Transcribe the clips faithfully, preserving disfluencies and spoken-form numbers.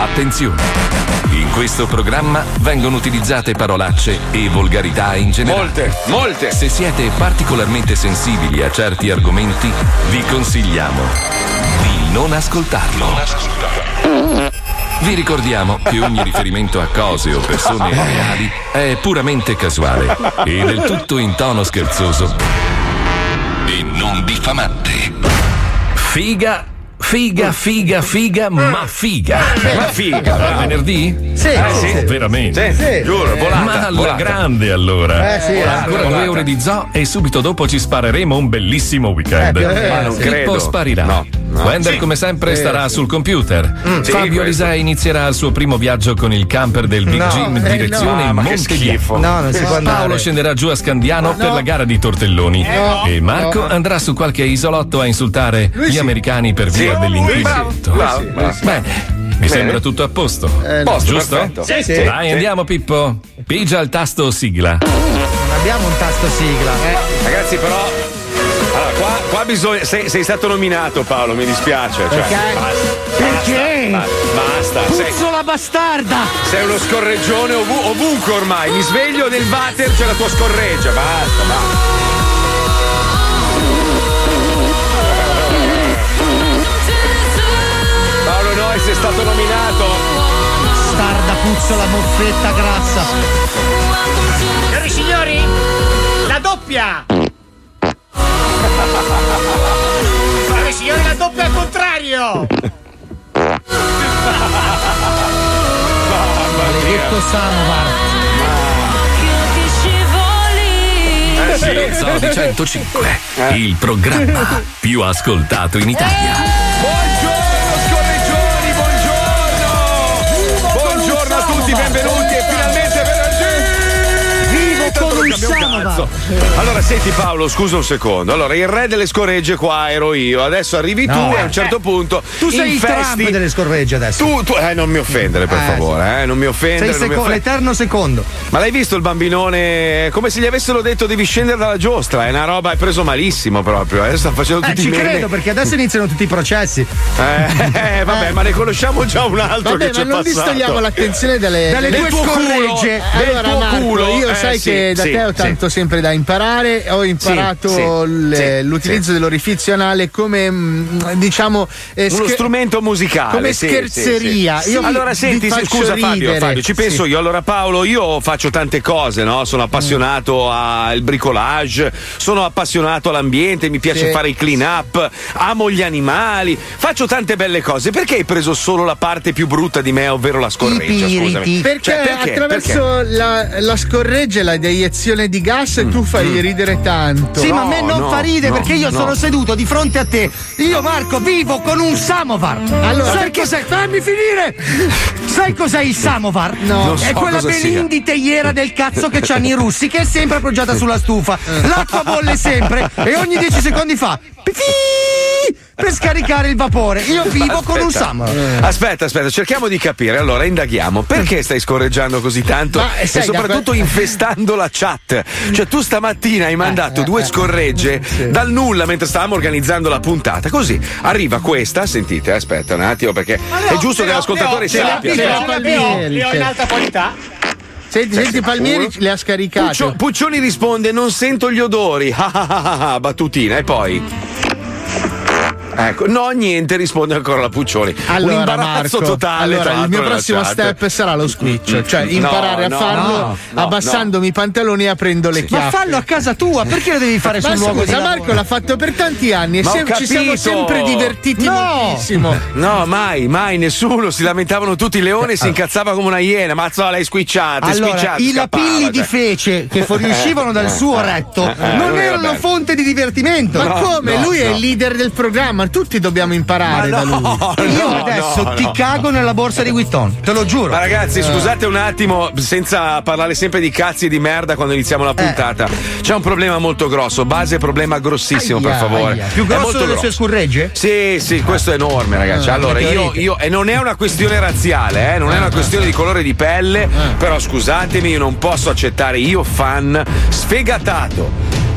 Attenzione! In questo programma vengono utilizzate parolacce e volgarità in generale. Molte, molte! Se siete particolarmente sensibili a certi argomenti, vi consigliamo di non ascoltarlo. Non ascoltarlo. Vi ricordiamo che ogni riferimento a cose o persone reali è puramente casuale e del tutto in tono scherzoso e non diffamante. Figa, figa, figa, figa, ma figa. Ma figa. È venerdì? Sì, Eh, sì, sì. sì. Veramente? Sì, Sì. giuro, volata. Ma alla volata. grande allora. Eh, sì, Ora eh, ancora volata. due ore di zoo e subito dopo ci spareremo un bellissimo weekend. Eh, più o meno, Ma non sì. credo. Pippo sparirà. No, no. Wender Sì. come sempre Sì, starà sì. sul computer. Sì, Fabio questo. Lisei inizierà il suo primo viaggio con il camper del Big No, Jim in eh, direzione no. Ma che Monte schifo. Bianco. No, non si può andare. Paolo scenderà giù a Scandiano per la gara di tortelloni no, e Marco no. andrà su qualche isolotto a insultare gli americani per via Sì. dell'inquinamento. Bravo, bravo. Bene, mi sembra tutto a posto. Eh, no. Posto, Giusto? perfetto. Sì, sì. Dai, andiamo Pippo. Pigia il tasto sigla. Non abbiamo un tasto sigla. Ragazzi, però. Allora, qua, qua bisogna. Sei, sei stato nominato, Paolo, mi dispiace. Cioè, Perché? basta, Perché? basta, basta. Sei, Puzzola bastarda! sei uno scorreggione ovu- ovunque ormai. Mi sveglio nel water, c'è la tua scorreggia. Basta, basta. Paolo Nois è stato nominato. Bastarda, puzzola, moffetta grassa. Signori e signori, la doppia! Signori e signori, la doppia al contrario! Maledetto Samovar. Eh, sì. Lo Zoo di centocinque, il programma più ascoltato in Italia. Buongiorno scorreggioni, buongiorno! Buongiorno a tutti, benvenuti e finalmente venerdì! Vivo con un Cambia un Samovar. cazzo. Allora, senti Paolo, scusa un secondo. Allora, il re delle scorregge qua ero io. Adesso arrivi tu No. e a un certo punto Tu sei il infesti- Trump delle scorregge adesso. Tu, tu, eh, non mi offendere, per Eh, favore, eh, non mi offendere. Sei non mi seco- offendere. l'eterno secondo. Ma l'hai visto il bambinone? È come se gli avessero detto devi scendere dalla giostra. È una roba, è preso malissimo proprio. Adesso sta facendo Eh, tutti ci i meme. credo perché adesso iniziano tutti i processi. Eh, eh, vabbè, Eh. ma ne conosciamo già un altro Vabbè, che c'è ma non passato. distogliamo l'attenzione dalle, Dalle Del tue tuo scorregge. culo, del Allora, tuo Marco, culo. io Eh, sai sì, che da sì, te ho sì. tanto sempre da imparare. Ho imparato sì, l- sì, l'utilizzo sì. dell'orifizio anale come mm, diciamo eh, Uno scher- strumento musicale come sì, scherzeria. sì, sì. Io allora vi senti, faccio scusa Fabio, ridere. Fabio, ci penso Sì. io. Allora Paolo, io faccio tante cose, no? Sono appassionato al bricolage, sono appassionato all'ambiente, mi piace Sì. fare i clean up, amo gli animali, faccio tante belle cose. Perché hai preso solo la parte più brutta di me, ovvero la scorreggia? I Scusami. piriti. Perché, Cioè, perché? attraverso la, la scorreggia e la deiezione di gas tu fai ridere tanto. Sì, ma a No, me non no, fa ridere no, perché io no. sono seduto di fronte a te. Io, Marco, vivo con un Samovar. Allora, sai cos'è? Fammi finire! Sai cos'è il Samovar? No. Non È so quella cosa sia. belinditeiera del cazzo che c'hanno i russi, che è sempre appoggiata sulla stufa. L'acqua bolle sempre e ogni dieci secondi fa pipì per scaricare il vapore. Io vivo con un Aspetta. Samovar. Aspetta, aspetta, cerchiamo di capire. Allora, indaghiamo. Perché stai scorreggiando così tanto? Ma, eh, e sai, da soprattutto que- infestando la chat. Cioè, tu stamattina hai mandato eh, due eh, scorregge dal nulla mentre stavamo organizzando la puntata. Così arriva questa. Sentite, aspetta un attimo, perché è giusto che l'ascoltatore ce l'ha- sappia. ce l'ha- Aspetta. Le ho, Palmieri, le ho in cioè. alta qualità. Senti, senti Palmieri sicuro? le ha scaricate. Puccio- Puccioni risponde: non sento gli odori. Ah, ah, ah, ah, ah, battutina. E poi. Ecco, no, niente, risponde ancora la Puccioni. Allora, un imbarazzo Marco, totale. allora, tra il l'altro, mio nella prossimo chat. step sarà lo squiccio, cioè No, imparare no, a farlo no, no, abbassandomi i pantaloni e aprendo le Ma chiappe. fallo a casa tua, perché lo devi fare Ma sul luogo di scusa, lavoro? Marco l'ha fatto per tanti anni e Ma ho sem- ci siamo capito. sempre divertiti No. moltissimo. No, mai, mai, nessuno. Si lamentavano tutti i leoni e si incazzava come una iena. Mazzola, l'hai squicciata, Allora, squicciata. i scappava, lapilli di cioè. fece che fuoriuscivano dal suo retto non non era erano bello. fonte di divertimento. Ma No, come? no, Lui è no. il leader del programma, tutti dobbiamo imparare Ma da lui. no, Io no, adesso no, ti no. cago nella borsa di Vuitton, te lo giuro. Ma ragazzi, scusate un attimo, senza parlare sempre di cazzi e di merda quando iniziamo la puntata. C'è un problema molto grosso, base problema grossissimo, Aia, per favore. aia. Più È grosso molto delle grosso. sue scurregge? Sì, sì, questo è enorme, ragazzi. Ah, Allora, io, meteorite. io, e non è una questione razziale, eh, non è una questione di colore di pelle, però scusatemi, io non posso accettare, io fan sfegatato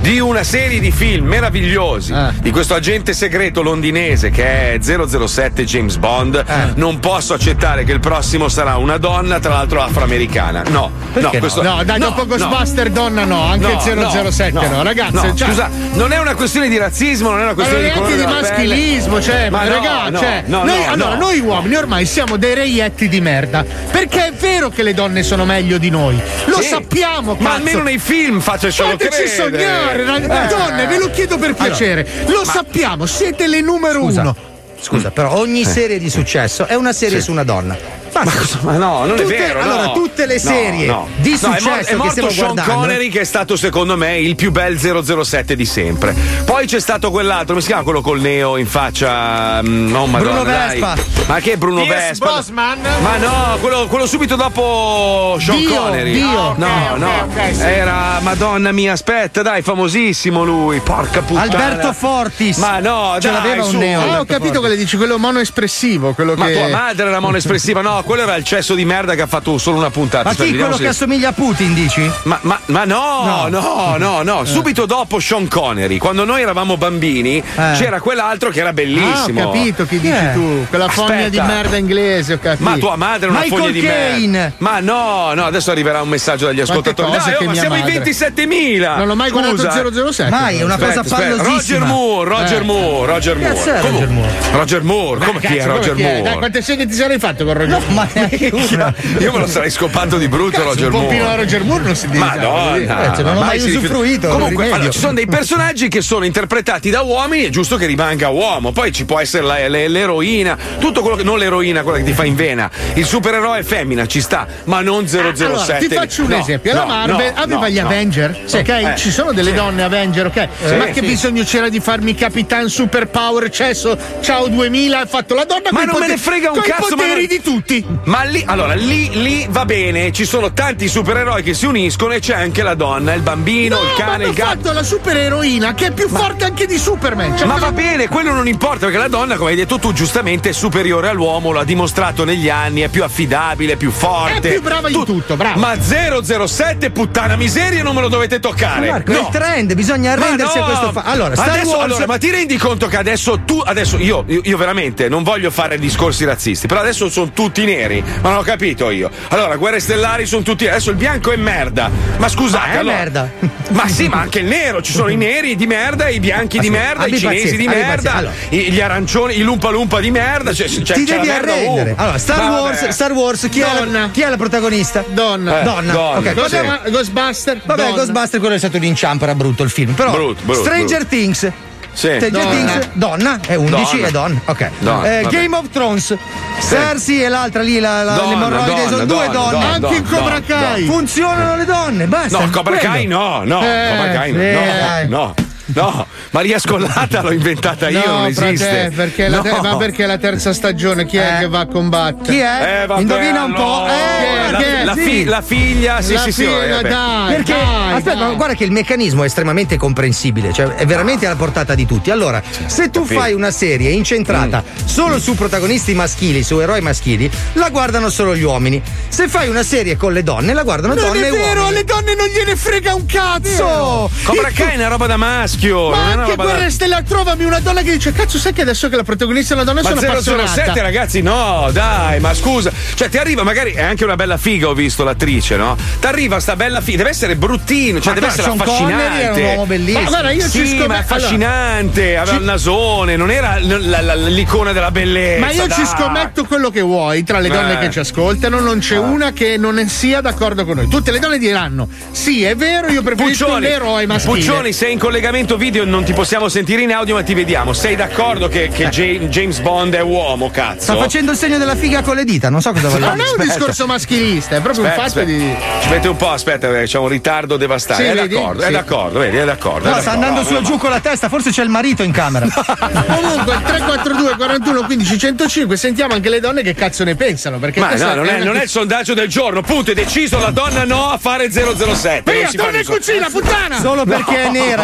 di una serie di film meravigliosi eh. di questo agente segreto londinese che è zero zero sette James Bond, eh. non posso accettare che il prossimo sarà una donna, tra l'altro afroamericana. No, no, questo, no, dai, no, dopo Ghostbuster no. donna no, anche no, il zero zero sette no, no. ragazzi. No, cioè, scusa, non è una questione di razzismo, non è una questione ma non di è anche di maschilismo, cioè, ma ragazzi, no, no, cioè, no, noi, no, allora, no. noi uomini ormai siamo dei reietti di merda, perché è vero che le donne sono meglio di noi, lo sì, sappiamo, ma cazzo. almeno nei film facciacelo credere. Fateci sognare, eh. donne, ve lo chiedo per piacere, allora, lo ma... sappiamo, siete le numero Scusa. uno. Scusa, però ogni serie di successo è una serie sì. su una donna. Ma, ma no, non tutte, è vero. Allora, no. tutte le serie no, no. di no, successo è, mor- è morto che Sean guardando... Connery, che è stato secondo me il più bel zero zero sette di sempre. Poi c'è stato quell'altro, come si chiama quello col neo in faccia? No, Madonna, Bruno Vespa. Dai. Ma che è Bruno Pierce Vespa? Brosnan? Ma no, quello, quello subito dopo Sean Dio, Connery. Dio. No, okay, no, okay, no. okay, sì. Era Madonna mia, aspetta, dai, famosissimo lui. Porca puttana. Alberto Fortis. Ma no, ce dai, l'aveva un su. neo. Ah, ho capito quello dici, quello monoespressivo, quello Ma che tua madre era monoespressiva, no, quello era il cesso di merda che ha fatto solo una puntata. Ma Aspetta, chi, quello se... che assomiglia a Putin, dici? Ma, ma, ma no, no, no, no, no. Subito dopo Sean Connery, quando noi eravamo bambini, eh. c'era quell'altro che era bellissimo. Ah, ho capito chi dici eh. tu, quella Aspetta. fogna di merda inglese, ho capito. Ma tua madre è una Michael fogna di Caine. merda. Ma no, no, adesso arriverà un messaggio dagli ascoltatori. cose Dai, oh, che ma mia siamo madre. in ventisettemila. Non l'ho mai Scusa. guardato zero zero sette. Mai, è una cosa Aspetta, aspetta. pallosissima. Roger Moore, Roger Eh. Moore, Roger Moore. Cazzo è Come- Roger Moore? Roger Moore, come chi è Cazzo, Roger come chi è? Moore? Dai, quante seghe ti sarei fatto con Roger Moore? Ma neanche una. Io me lo sarei scopato di brutto, Cazzo, Roger un pompino Moore. a Roger Moore non si dice. Madonna, Eh, cioè, non ho mai si rifiuta. usufruito, Comunque, rimedio. allora, ci sono dei personaggi che sono interpretati da uomini, è giusto che rimanga uomo. Poi ci può essere la- le- l'eroina, tutto quello che non l'eroina, quella che ti fa in vena. Il supereroe è femmina, ci sta, ma non zero zero sette. Allora, ti faccio un No, esempio. La no, Marvel no, aveva no, gli no. Avenger, Sì. ok? Eh. Ci sono delle Sì. donne Avenger, ok? Ma che sì. bisogno c'era di farmi Capitan Superpower, cesso, ciao duemila, ha fatto la donna Ma coi non me poteri- ne frega un coi cazzo, ma poteri non- di tutti. Ma lì, allora, lì, lì va bene, ci sono tanti supereroi che si uniscono e c'è anche la donna, il bambino, No, il ma cane, hanno il gatto. fatto la supereroina che è più forte anche di Superman. Cioè, Ma quella- va bene, quello non importa, perché la donna, come hai detto tu, giustamente è superiore all'uomo, l'ha dimostrato negli anni, è più affidabile, più forte. È più brava in tutto, bravo. Ma zero zero sette, puttana miseria, non me lo dovete toccare. Marco, è no. il trend, bisogna Ma arrendersi no. a questo fa- Allora, Star adesso, Wars... allora, ma ti rendi conto che adesso tu, adesso io, io, io veramente non voglio fare discorsi razzisti, però adesso sono tutti neri, ma non ho capito io. Allora, Guerre Stellari sono tutti, adesso il bianco è merda. Ma scusate, Ma è allora- merda. Ma sì, ma anche il nero, ci sono i neri di merda, i bianchi di Aspetta, merda, abbi i cinesi pazienza, di abbi merda, pazienza. Allora. i- gli arancioni, i lumpa lumpa di merda, cioè, c'è, Ti c'è devi la merda arrendere. ovunque. Allora, Star Ma Wars, vabbè. Star Wars, chi, è la, Donna. chi è la protagonista? Donna. Eh, Donna. donna, Ok, sì. Cos'è cosa- ma- Ghostbuster? Vabbè, Donna. Ghostbuster quello è stato un inciampo, era brutto il film. Però Brutto, brutto, Stranger brutto. Things. Sì. Stranger Donna. Things, donna, è undici, Donna. è donna. Ok. Donna, Eh, vabbè. Game of Thrones. Cersei e l'altra lì, la, la, Donna, l'emorroide, donna, sono due donna, donne. donna. Anche in Cobra no, Kai. Funzionano le donne, basta. No, Cobra quello. Kai no, no, Eh, Cobra Kai no, sì, no, dai. no, no, Maria Scollata l'ho inventata io, No, non frate, esiste. perché la, te- No. ma perché la terza stagione chi è Eh. che va a combattere? Chi è? Eh, vabbè, Indovina un po'. allora. Eh, la, perché? la Sì. fi- la figlia, sì, La sì, sì, figlia, vabbè. dai, Perché dai, aspetta, dai. ma guarda che il meccanismo è estremamente comprensibile, cioè è veramente alla portata di tutti. Allora, se tu capito. fai una serie incentrata solo su protagonisti maschili, su eroi maschili, la guardano solo gli uomini. Se fai una serie con le donne, la guardano Non donne è e vero, uomini. alle donne non gliene frega un cazzo! Cobra Il- Kai è una roba da maschio, Ma non è una anche roba da... Guerre Stellari, trovami una donna che dice cazzo sai che adesso che la protagonista è una donna Ma sono zero zero appassionata. sette ragazzi, no, dai, ma scusa. Cioè, ti arriva, magari è anche una bella figa, ho visto l'attrice, no? Ti arriva sta bella figa, deve essere bruttino, cioè Ma deve però essere Sean Connery affascinante. era un uomo bellissimo. Ma guarda, io ci Sì, scommetto. ma è affascinante, aveva il nasone, non era l- la- la- l'icona della bellezza. Ma io ci dai. scommetto quello che vuoi, tra le donne Eh. che ci ascoltano non c'è una che non sia d'accordo con noi. Tutte le donne diranno sì, è vero, io preferisco Puccioni, l'eroe maschile. Puccioni, sei in collegamento video, non ti possiamo sentire in audio, ma ti vediamo. Sei d'accordo che, che Ja- James Bond è uomo, cazzo? Sta facendo il segno della figa con le dita, non so cosa Ma voglio non è un Aspetta. discorso maschilista, è proprio Aspetta, un fatto aspetta. di. Ci mette un po', aspetta, perché c'è un ritardo devastante. Sì, è vedi? d'accordo, è Sì. d'accordo, vedi, è d'accordo. No, è sta d'accordo. andando No, su e no, giù con la testa, forse c'è il marito in camera. Comunque il tre quattro due quarantuno quindici centocinque sentiamo anche le donne che cazzo ne pensano. Perché Ma questa no, non è, una- non è il sondaggio del giorno, punto, è deciso la donna no a fare zero zero sette. Via, non si fa torna in nessun- cucina, puttana! Solo perché è nera, perché se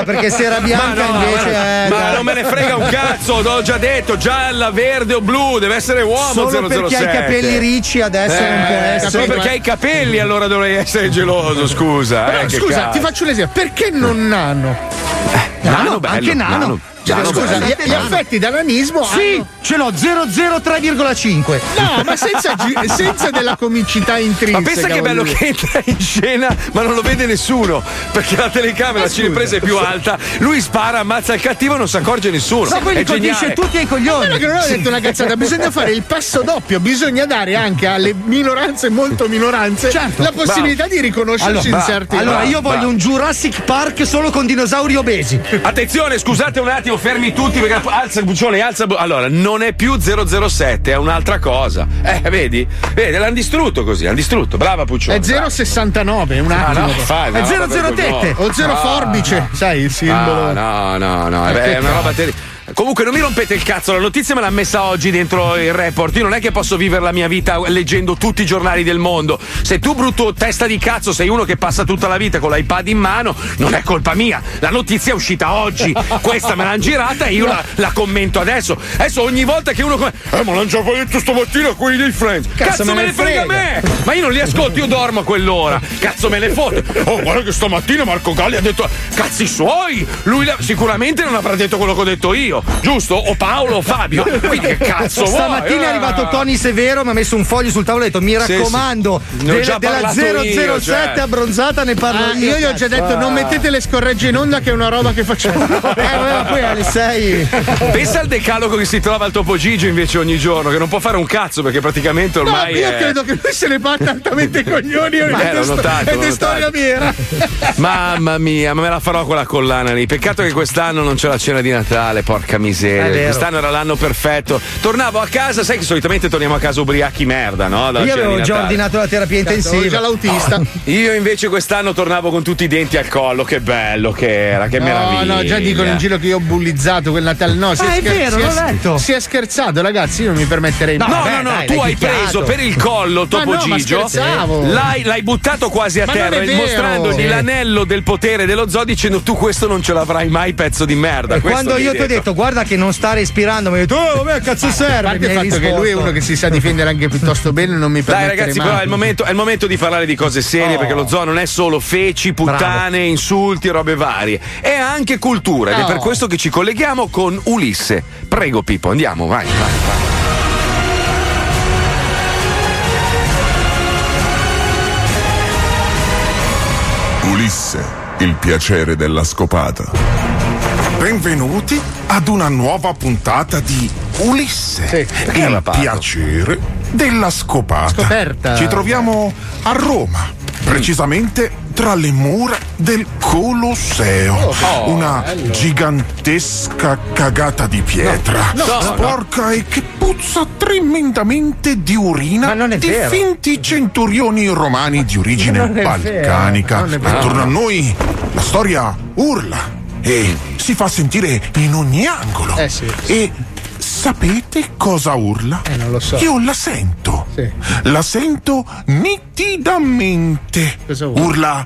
bandiera bianca ma no, invece ma, è. ma non me ne frega un cazzo, l'ho già detto, gialla, verde o blu, deve essere uomo. Solo zero zero sette. perché hai i capelli ricci adesso eh, non può essere. Solo perché hai i capelli allora dovrei essere geloso, scusa. Però, eh, che scusa, cazzo. ti faccio un esempio, perché non nano? Eh, nano, nano, bello, anche nano. nano. Cioè, Nano scusa, bello. gli, gli affetti da nanismo Sì, hanno... ce l'ho zero zero tre virgola cinque. No, ma senza, gi- senza della comicità intrinseca. Ma pensa che bello voglio che entra in scena, ma non lo vede nessuno. Perché la telecamera, la cinepresa è più alta. Lui spara, ammazza il cattivo e non si accorge nessuno. No, poi è li colpisce geniale. tutti ai Ma coglioni. che non ho detto una cazzata, bisogna fare il passo doppio, bisogna dare anche alle minoranze, molto minoranze, Certo. la possibilità di riconoscersi Allora, in certi allora io va. voglio un Jurassic Park solo con dinosauri obesi. Attenzione, scusate un attimo, fermi tutti perché alza Buccione, alza. Allora, non è più zero zero sette, è un'altra cosa. Eh, vedi? Vedi, l'hanno distrutto così, l'hanno distrutto. Brava Puccione. È zero virgola sessantanove, un Ah, attimo. no, fai, È una zero roba zero vergognosa. tette. O zero Ah, forbice, sai il simbolo. No, no, no, no, è, è una roba terribile. Comunque non mi rompete il cazzo, la notizia me l'ha messa oggi dentro il report. Io non è che posso vivere la mia vita leggendo tutti i giornali del mondo. Se tu, brutto testa di cazzo, sei uno che passa tutta la vita con l'iPad in mano, non è colpa mia. La notizia è uscita oggi. Questa me l'hanno girata e io la, la commento adesso. Adesso ogni volta che uno come Eh, ma l'hanno già detto stamattina quelli dei Friends. Cazzo, cazzo me, me ne frega, frega a me! Ma io non li ascolto, io dormo a quell'ora. Cazzo me ne fotte. Oh, guarda che stamattina Marco Galli ha detto cazzi suoi! Lui la, sicuramente non avrà detto quello che ho detto io. Giusto? O Paolo o Fabio. Quindi che cazzo vuoi? Stamattina è arrivato Tony Severo, mi ha messo un foglio sul tavoletto. Mi Sì, raccomando, sì. Ne ho della, già della parlato zero zero io, sette cioè. abbronzata ne parlo Ah, io. io gli ho già detto Ah. non mettete le scorregge in onda che è una roba che facciamo noi. Eh, ma poi alle sei. Pensa al decalogo che si trova al Topo Gigio invece ogni giorno, che non può fare un cazzo perché praticamente No, ormai. io è... credo che lui se ne batta altamente i coglioni Eh, ed è l'ho sto- notato, ed l'ho è notato. storia vera. Mamma mia, ma me la farò quella collana lì. Peccato che quest'anno non c'è la cena di Natale, porca È miseria. vero. Quest'anno era l'anno perfetto. Tornavo a casa, sai che solitamente torniamo a casa ubriachi merda, no? Dalla Io cena avevo di già Natale. ordinato la terapia Avevo intensiva. già l'autista. Io invece quest'anno tornavo con tutti i denti al collo, che bello che era, che No, meraviglia. no, già dicono in giro che io ho bullizzato quel Natale. No, si Ah, è scher- vero, si l'ho letto. Si è scherzato, ragazzi, io non mi permetterei No, mai. No, Vabbè, no, no, dai, tu l'hai hai picchiato. preso per il collo Topo Ma no, ma Gigio, scherzavo. l'hai, l'hai buttato quasi a Ma terra, non è vero. mostrandogli Sì. l'anello del potere dello zoo dicendo tu questo non ce l'avrai mai, pezzo di merda. E Questo quando mi io hai ti ho detto guarda che non sta respirando, mi hai detto oh vabbè cazzo A serve. parte mi il hai fatto che risposto. lui è uno che si sa difendere anche piuttosto bene, non mi Dai permetterei ragazzi, mai. però è il, momento, è il momento di parlare di cose serie Oh. perché lo zoo non è solo feci, puttane, insulti e robe varie, è anche cultura ed è Oh. per questo che ci colleghiamo con Ulisse. Prego Pippo, andiamo, vai, vai, vai. Ulisse, il piacere della scopata. Benvenuti ad una nuova puntata di Ulisse, Perché il arrabbiato? piacere della scopata. Scoperta. Ci troviamo a Roma, precisamente tra le mura del Colosseo. Oh, una gigantesca cagata di pietra, No, no, sporca e che puzza tremendamente di urina Ma non è di vero. finti centurioni romani di origine Non è vero, balcanica. non è vero. Attorno a noi la storia urla e si fa sentire in ogni angolo. Eh sì. E sapete cosa urla? Eh, non lo so. Io la sento. Sì. La sento nitidamente. Cosa urla? Urla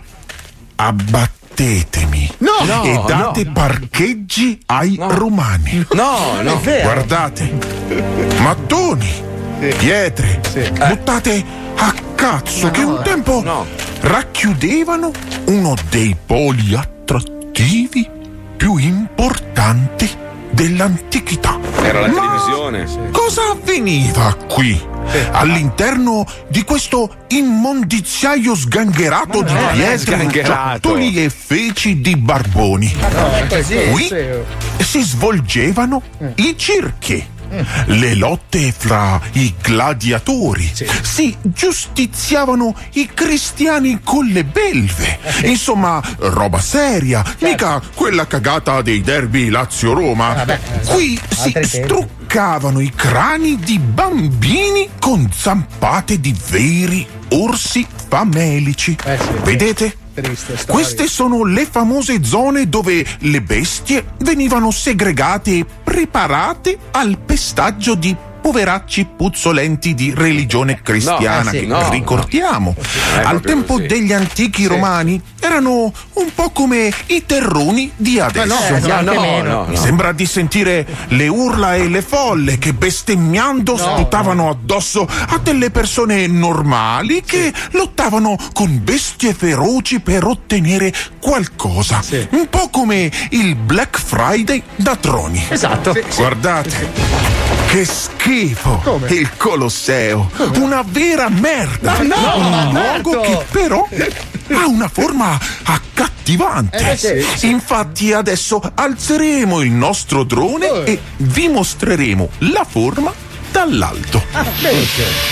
abbattetemi. No, No. e date no. parcheggi ai romani. No, no. Guardate, mattoni, pietre, buttate a cazzo che un tempo no. racchiudevano uno dei poli attrattivi più importanti dell'antichità. Era la Ma televisione. cosa avveniva qui? All'interno di questo immondiziaio sgangherato di non è pietre, sgangherato. giottoli e feci di barboni. Qui si svolgevano i circhi. Le lotte fra i gladiatori, si giustiziavano i cristiani con le belve. Insomma, roba seria, mica quella cagata dei derby Lazio-Roma. Qui si Altri tempi. struccavano i crani di bambini con zampate di veri orsi famelici. Eh sì. Vedete? Triste storia. Queste sono le famose zone dove le bestie venivano segregate e preparate al pestaggio di poveracci puzzolenti di religione cristiana. eh sì, che no, ricordiamo, È al proprio tempo così. degli antichi romani erano un po' come i terroni di adesso. Ma no, no, anche no, meno. no, Mi no. sembra di sentire le urla e le folle che bestemmiando sputavano addosso a delle persone normali che lottavano con bestie feroci per ottenere qualcosa. Sì. Un po' come il Black Friday da Troni. Esatto. Guardate, che schifo! Come? Il Colosseo, una vera merda! Ma no, un ma luogo Alberto! che però ha una forma accattivante. Eh, sì, sì. Infatti adesso alzeremo il nostro drone Oh. e vi mostreremo la forma dall'alto. Ah, bene.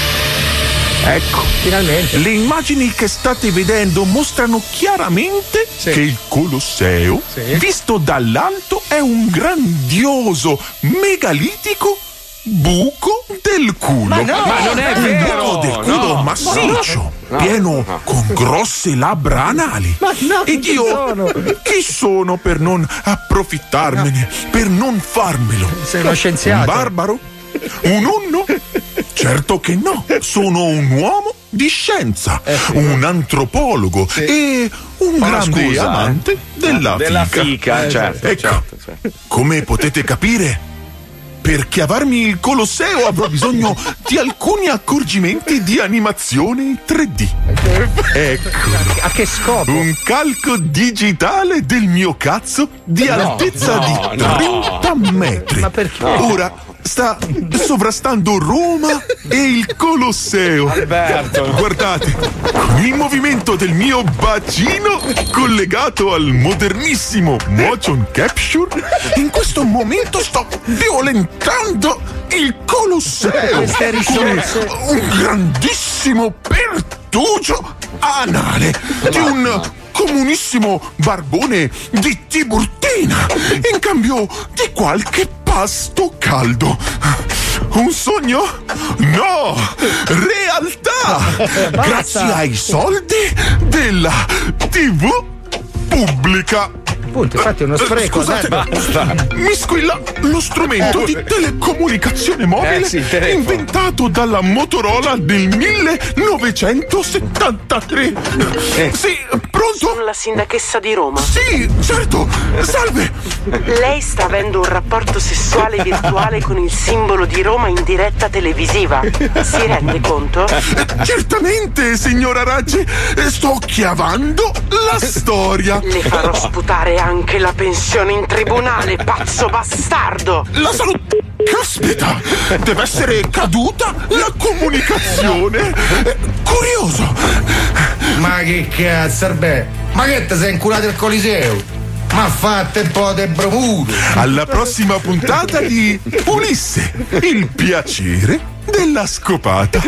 Ecco, Finalmente. le immagini che state vedendo mostrano chiaramente Sì. che il Colosseo, Sì. visto dall'alto, è un grandioso, megalitico buco del culo. Ma no! Ma non è Un vero! buco del culo no, massiccio, pieno con grosse labbra anali. Ma no, Ed chi io sono? chi sono per non approfittarmene, per non farmelo? Sei uno Un scienziato. barbaro? Un nonno? Certo che no, sono un uomo di scienza, un antropologo e un Ma grande scusa, eh. amante della, Della fica. fica, certo, Ecco, certo, certo. come potete capire, per chiavarmi il Colosseo avrò bisogno di alcuni accorgimenti di animazione tre D. Eccolo, A che scopo? un calco digitale del mio cazzo di altezza no, di no. trenta metri. Ma perché? Ora sta sovrastando Roma e il Colosseo. Alberto. Guardate, con il movimento del mio bacino collegato al modernissimo motion capture, in questo momento sto violentando il Colosseo Queste risorse. con un grandissimo pertugio anale di un comunissimo barbone di Tiburtina in cambio di qualche pasto caldo. Un sogno? No! Realtà! Grazie ai soldi della tivù pubblica. Appunto, infatti è uno spreco. Scusate, dai. Basta. mi squilla lo strumento di telecomunicazione mobile Eh sì, il telefono. inventato dalla Motorola nel millenovecentosettantatré. Sì, pronto? Sono la sindachessa di Roma. Sì, certo. Salve. Lei sta avendo un rapporto sessuale virtuale con il simbolo di Roma in diretta televisiva. Si rende conto? Certamente, signora Raggi, sto chiavando la storia. Le farò sputare anche la pensione in tribunale, pazzo bastardo! La salute. Caspita, deve essere caduta la comunicazione. Eh, Curioso. Ma che cazzo, beh, ma che te sei inculato il Coliseo? Ma fate un po' di bravura. Alla prossima puntata di Ulisse, il piacere della scopata.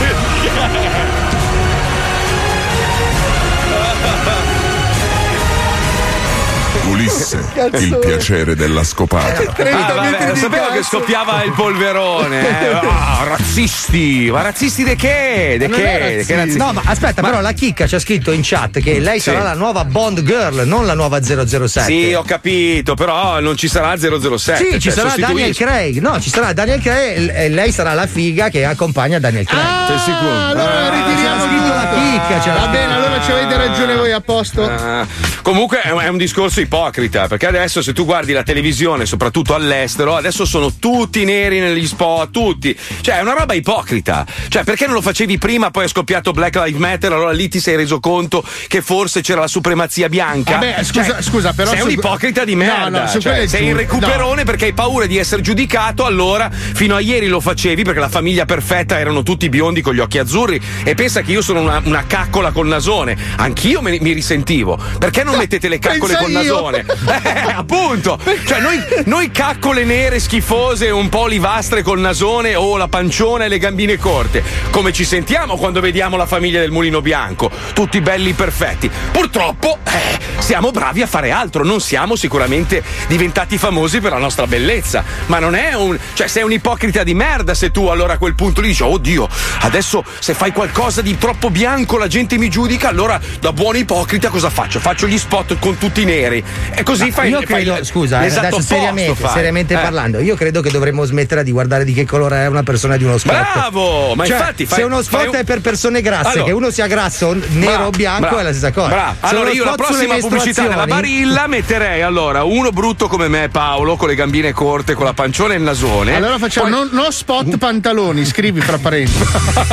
Ulisse, il piacere della scopata. Ah, vabbè, lo sapevo che scoppiava il polverone. Eh. Ah, razzisti! Ma razzisti di che? De Non è che? razzista. Che razzisti? No, ma aspetta, però la chicca ci ha scritto in chat che lei Sì. sarà la nuova Bond Girl, non la nuova zero zero sette. Sì, ho capito, però non ci sarà zero zero sette. Sì, ci cioè, sarà Daniel sostituisci. Craig. No, ci sarà Daniel Craig e lei sarà la figa che accompagna Daniel Craig. Sei sicuro? Allora Ah, ritiriamo c'era scritto tutto. la chicca, c'era Va la bene, chicca. allora ci avete ragione voi, a posto. Ah, comunque è un, è un discorso ipocrita, perché adesso se tu guardi la televisione, soprattutto all'estero, adesso sono tutti neri negli spot, tutti. Cioè è una roba ipocrita. Cioè perché non lo facevi prima, poi è scoppiato Black Lives Matter, allora lì ti sei reso conto che forse c'era la supremazia bianca. Vabbè, scusa, Cioè, scusa, però sei su- un ipocrita di No, merda. no, su Cioè, quello è sei in giusto. recuperone perché hai paura di essere giudicato, allora fino a ieri lo facevi perché la famiglia perfetta erano tutti biondi con gli occhi azzurri e pensa che io sono una, una caccola col nasone. Anch'io me- mi risentivo. Perché non mettete le caccole pensa col io. nasone? Eh, appunto. Cioè noi, noi caccole nere schifose, un po' olivastre col nasone o la panciona e le gambine corte. Come ci sentiamo quando vediamo la famiglia del Mulino Bianco? Tutti belli perfetti. Purtroppo eh, siamo bravi a fare altro, non siamo sicuramente diventati famosi per la nostra bellezza. Ma non è un. Cioè, sei un ipocrita di merda se tu allora a quel punto lì dici, oddio, adesso se fai qualcosa di troppo bianco la gente mi giudica, allora da buon ipocrita cosa faccio? Faccio gli spot con tutti neri. e così fai io fai credo, il- scusa, l'esatto adesso opposto seriamente, fai. seriamente Eh. parlando, io credo che dovremmo smettere di guardare di che colore è una persona di uno spot. Bravo! Ma Cioè, infatti fai- se uno spot fai un- è per persone grasse, Allora. che uno sia grasso, nero Bravo, o bianco bravo, è la stessa cosa. bravo. Se Allora uno io la spot sulle prossima pubblicità nella mestruazioni- Barilla metterei allora uno brutto come me, Paolo, con le gambine corte, con la pancione e il nasone. Allora facciamo Poi- non, no spot pantaloni, scrivi fra parentesi.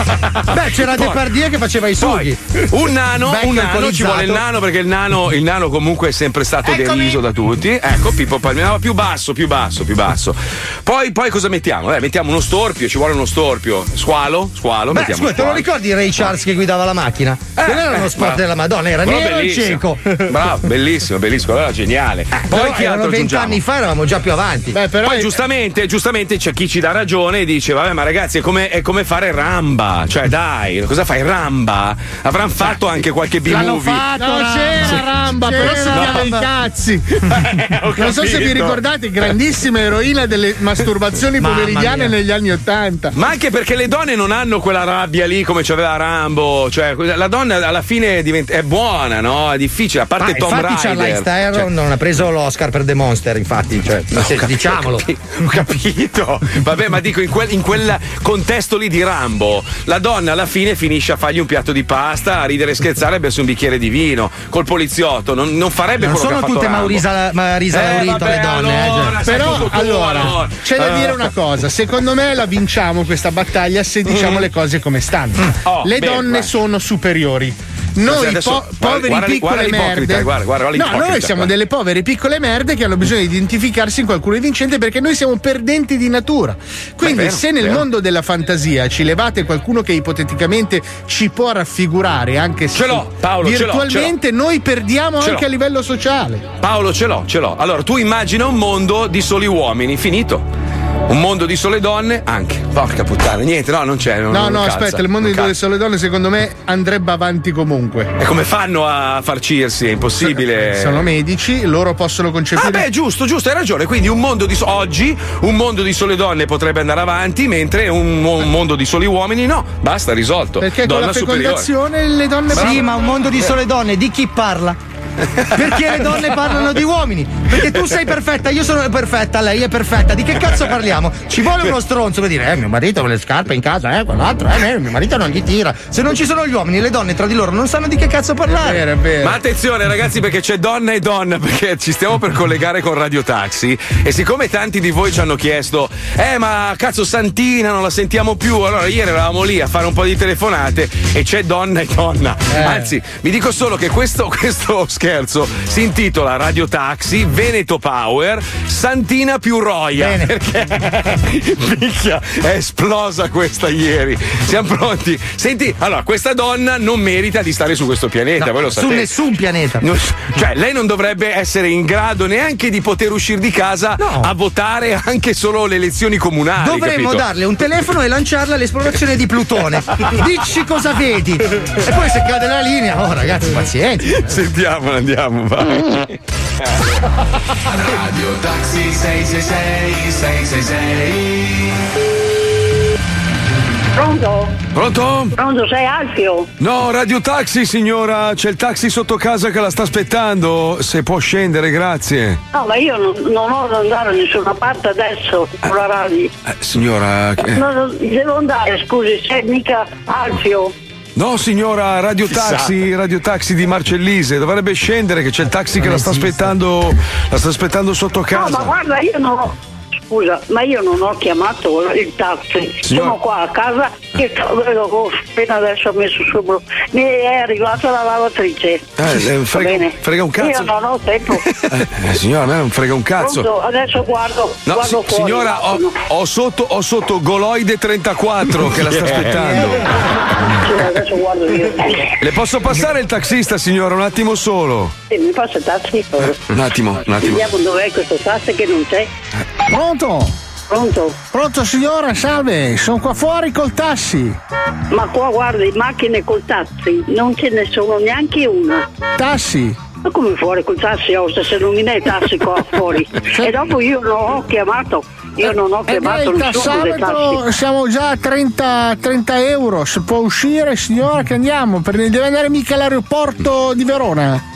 Beh, c'era Poi- Depardieu che faceva i Poi, sughi. un nano, Vecchio un nano, ci alcolizzato. vuole il nano perché il nano, il nano comunque è sempre stato Eccomi. deriso da tutti. Ecco, Pippo Palmieri, no, più basso, più basso, più basso. Poi, poi cosa mettiamo? Eh, mettiamo uno storpio, ci vuole uno storpio. Squalo, squalo, Beh, mettiamo scusa, te lo squalo. ricordi Ray Charles che guidava la macchina? Eh, non era uno eh, spot bravo. della Madonna, era Però nero e bellissimo. cieco. Bravo, bellissimo, bellissimo, allora geniale. Poi Però che altro erano aggiungiamo? vent'anni fa, eravamo già più avanti. Beh, però Poi è- giustamente, giustamente c'è chi ci dà ragione e dice: vabbè, ma ragazzi, è come, è come fare Ramba. Cioè, dai, cosa fai? Ramba? Avranno fatto anche qualche l'hanno B-movie. fatto, no, c'era Ramba, però si c'era chiama i Ramba. cazzi. Ho Non so se vi capito. ricordate, grandissima eroina delle masturbazioni Mamma pomeridiane mia. negli anni Ottanta. Ma anche perché le donne non hanno quella rabbia lì come c'aveva Rambo. Cioè, la donna alla fine diventa, è buona, no? È difficile, a parte Ma Tom infatti Raider. Charlize Theron Cioè, non ha preso l'Oscar per The Monster, infatti, cioè, ho se- capito, diciamolo. Ho capito, ho capito. Vabbè, ma dico, in quel, in quel contesto lì di Rambo, la donna alla fine finisce a fargli un piatto di pasta, a ridere e scherzare e bersi un bicchiere di vino col poliziotto. Non, non farebbe Non quello che sono ha fatto tutte Rambo. Maurisa, Marisa Eh, Laurito vabbè, le donne, eh, allora, cioè. sai Però tutto tu, allora allora. c'è da Eh. dire una cosa, secondo me la vinciamo questa battaglia se diciamo le cose come stanno. Oh, le bene, donne vai. sono superiori. Noi adesso, po- guarda- poveri guarda- piccole guarda l'ipocrita, merde. guarda, guarda no, l'ipocrita, noi siamo guarda. delle povere piccole merde che hanno bisogno di identificarsi in qualcuno di vincente perché noi siamo perdenti di natura. Quindi Beh, vero, se nel vero. mondo della fantasia ci levate qualcuno che ipoteticamente ci può raffigurare anche se Ce l'ho, Paolo, ce l'ho, virtualmente noi perdiamo Ce anche l'ho. a livello sociale. Paolo, ce l'ho, ce l'ho. Allora, tu immagina un mondo di soli uomini, finito. Un mondo di sole donne, anche. Porca puttana, niente, no, non c'è. Non, No, non no, calza, aspetta, il mondo non di dove calza. sono le donne secondo me andrebbe avanti comunque. E come fanno a farcirsi? È impossibile. Sono medici, loro possono concepire. Ah, beh, giusto, giusto, hai ragione. Quindi un mondo di so- oggi un mondo di sole donne potrebbe andare avanti, mentre un, un mondo di soli uomini no. Basta, risolto. Perché con Donna la superiore. fecondazione le donne Sì, ma un mondo di sole donne, di chi parla? Perché le donne parlano di uomini? Perché tu sei perfetta, io sono perfetta, lei è perfetta. Di che cazzo parliamo? Ci vuole uno stronzo per dire, eh, mio marito ha le scarpe in casa, eh, quell'altro, eh, mio marito non gli tira. Se non ci sono gli uomini, le donne tra di loro non sanno di che cazzo parlare. È vero, è vero. Ma attenzione ragazzi perché c'è donna e donna perché ci stiamo per collegare con Radio Taxi e siccome tanti di voi ci hanno chiesto eh ma cazzo Santina non la sentiamo più allora ieri eravamo lì a fare un po' di telefonate e c'è donna e donna Eh. anzi vi dico solo che questo, questo scherzo si intitola Radio Taxi Veneto Power Santina più Roia Bene. perché minchia è esplosa questa ieri siamo pronti senti allora questa donna non merita di stare su questo pianeta No, voi lo su sapete nessun pianeta. non- cioè, lei non dovrebbe essere in grado neanche di poter uscire di casa No. a votare anche solo le elezioni comunali. Dovremmo capito? darle un telefono e lanciarla all'esplorazione di Plutone. Dici cosa vedi. E poi se cade la linea, oh ragazzi, pazienza. Sentiamo, andiamo, vai. Radio Taxi sei sei sei sei sei sei. Pronto? Pronto? Pronto, sei Alfio? No, Radio Taxi, signora. C'è il taxi sotto casa che la sta aspettando. Se può scendere, grazie. No, ma io non, non ho da andare da nessuna parte adesso con la radio. Eh, signora. eh, No, no, devo andare, scusi, sei mica Alfio. No, signora, Radio Chissà. Taxi, Radio Taxi di Marcellise. Dovrebbe scendere che c'è il taxi che la sta aspettando. La sta aspettando sotto No, casa. ma guarda, io non ho. Scusa, ma io non ho chiamato il taxi. Signor- Sono qua a casa che ho appena adesso ho messo su. Mi è arrivata la lavatrice. Eh, eh, Va frega, bene? frega un cazzo. Io non ho tempo. Eh, eh, signora, a me non frega un cazzo. Pronto? Adesso guardo, No, guardo si- fuori. signora, ho, ho sotto, ho sotto Goloide trentaquattro che la sta Yeah. aspettando. Sì, adesso guardo io. Le posso passare il taxista, signora? Un attimo solo. Sì, mi passa il taxi? Un attimo, un attimo. Vediamo dov'è questo taxi che non c'è. Pronto? Pronto? Pronto signora, salve, sono qua fuori col tassi. Ma qua guardi, macchine col taxi, non ce ne sono neanche una. Tassi? Ma come fuori col taxi, oh, se non mi dai tassi qua fuori? E dopo io non ho chiamato, io non ho E chiamato il nessuno dei tassametro tassi. siamo già a trenta, trenta euro. Se può uscire signora che andiamo, per, deve andare mica all'aeroporto di Verona.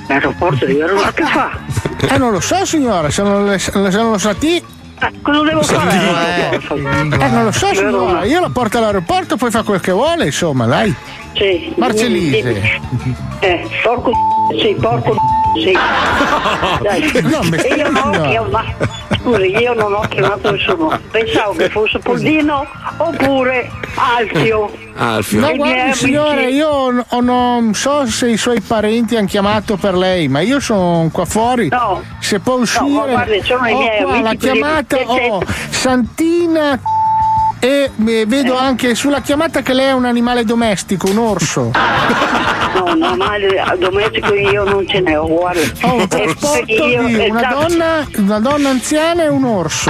L'aeroporto di Verona che fa? Eh, non lo so, signora, se non, le, se non lo sa ti. Eh, cosa devo fare? Eh, non lo so, signora, io la porto all'aeroporto, poi fa quel che vuole, insomma, dai. Sì. Marcellise. Eh, porco sì, porco sì. Dai. No, E io non ho chiamato, scusi, io non ho chiamato nessuno. Pensavo che fosse Pollino oppure Alfio. Alfio. No, I guardi, miei signore, amici- io n- o non so se i suoi parenti hanno chiamato per lei, ma io sono qua fuori. No. Se può uscire. No, ma guardi, sono i ho miei qua amici la quelli chiamata, che- ho Santina. E eh, vedo anche sulla chiamata che lei è un animale domestico, un orso. No, no, ma al domestico io non ce ne ho, guarda. Ho un Eh, trasporto perché io- di eh, una taxi- donna, una donna anziana e un orso.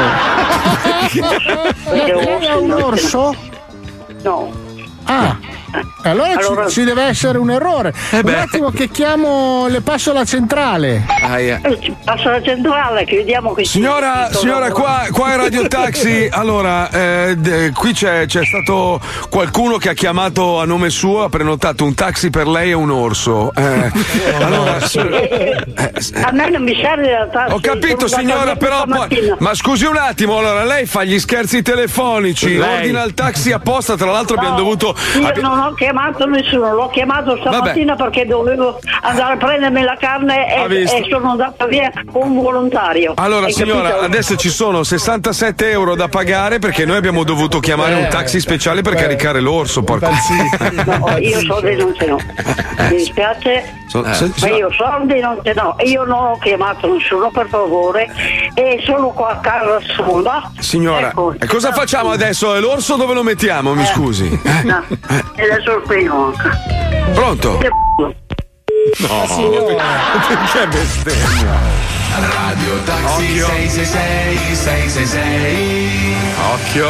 Lei lei è un orso? No. Ah, allora, ci- Allora- ci, deve essere un errore. Eh un beh. attimo che chiamo, le passo la centrale. Aia. Eh, ci Passo alla centrale che vediamo che Signora, ci- signora, qua, qua è Radio Taxi. Allora, eh, d- qui c'è, c'è stato qualcuno che ha chiamato a nome suo, ha prenotato un taxi per lei e un orso. Eh, allora, A me non mi serve la taxi. ho capito, sono signora, andata però poi. stamattina. Ma scusi un attimo, allora, lei fa gli scherzi telefonici, Lei. ordina il taxi apposta, tra l'altro abbiamo No, dovuto. Io abbi- non ho chiamato nessuno, l'ho chiamato stamattina perché dovevo andare a prendermi la carne Ha e, visto? e sono andata via con un volontario. Allora Hai signora, capito? adesso ci sono sessantasette euro da pagare perché noi abbiamo dovuto chiamare un taxi speciale per caricare l'orso, porco. No, io soldi non ce l'ho. Mi dispiace, So- se- ma io soldi non ce l'ho. Io non ho chiamato nessuno, per favore, e sono qua a casa sola. Signora, Ecco. e cosa facciamo adesso? E l'orso dove lo mettiamo? Mi Eh. scusi. No, e adesso spiego anche. Pronto? No, perché bestemmia? Radio Taxi sei sei sei sei sei sei. Occhio.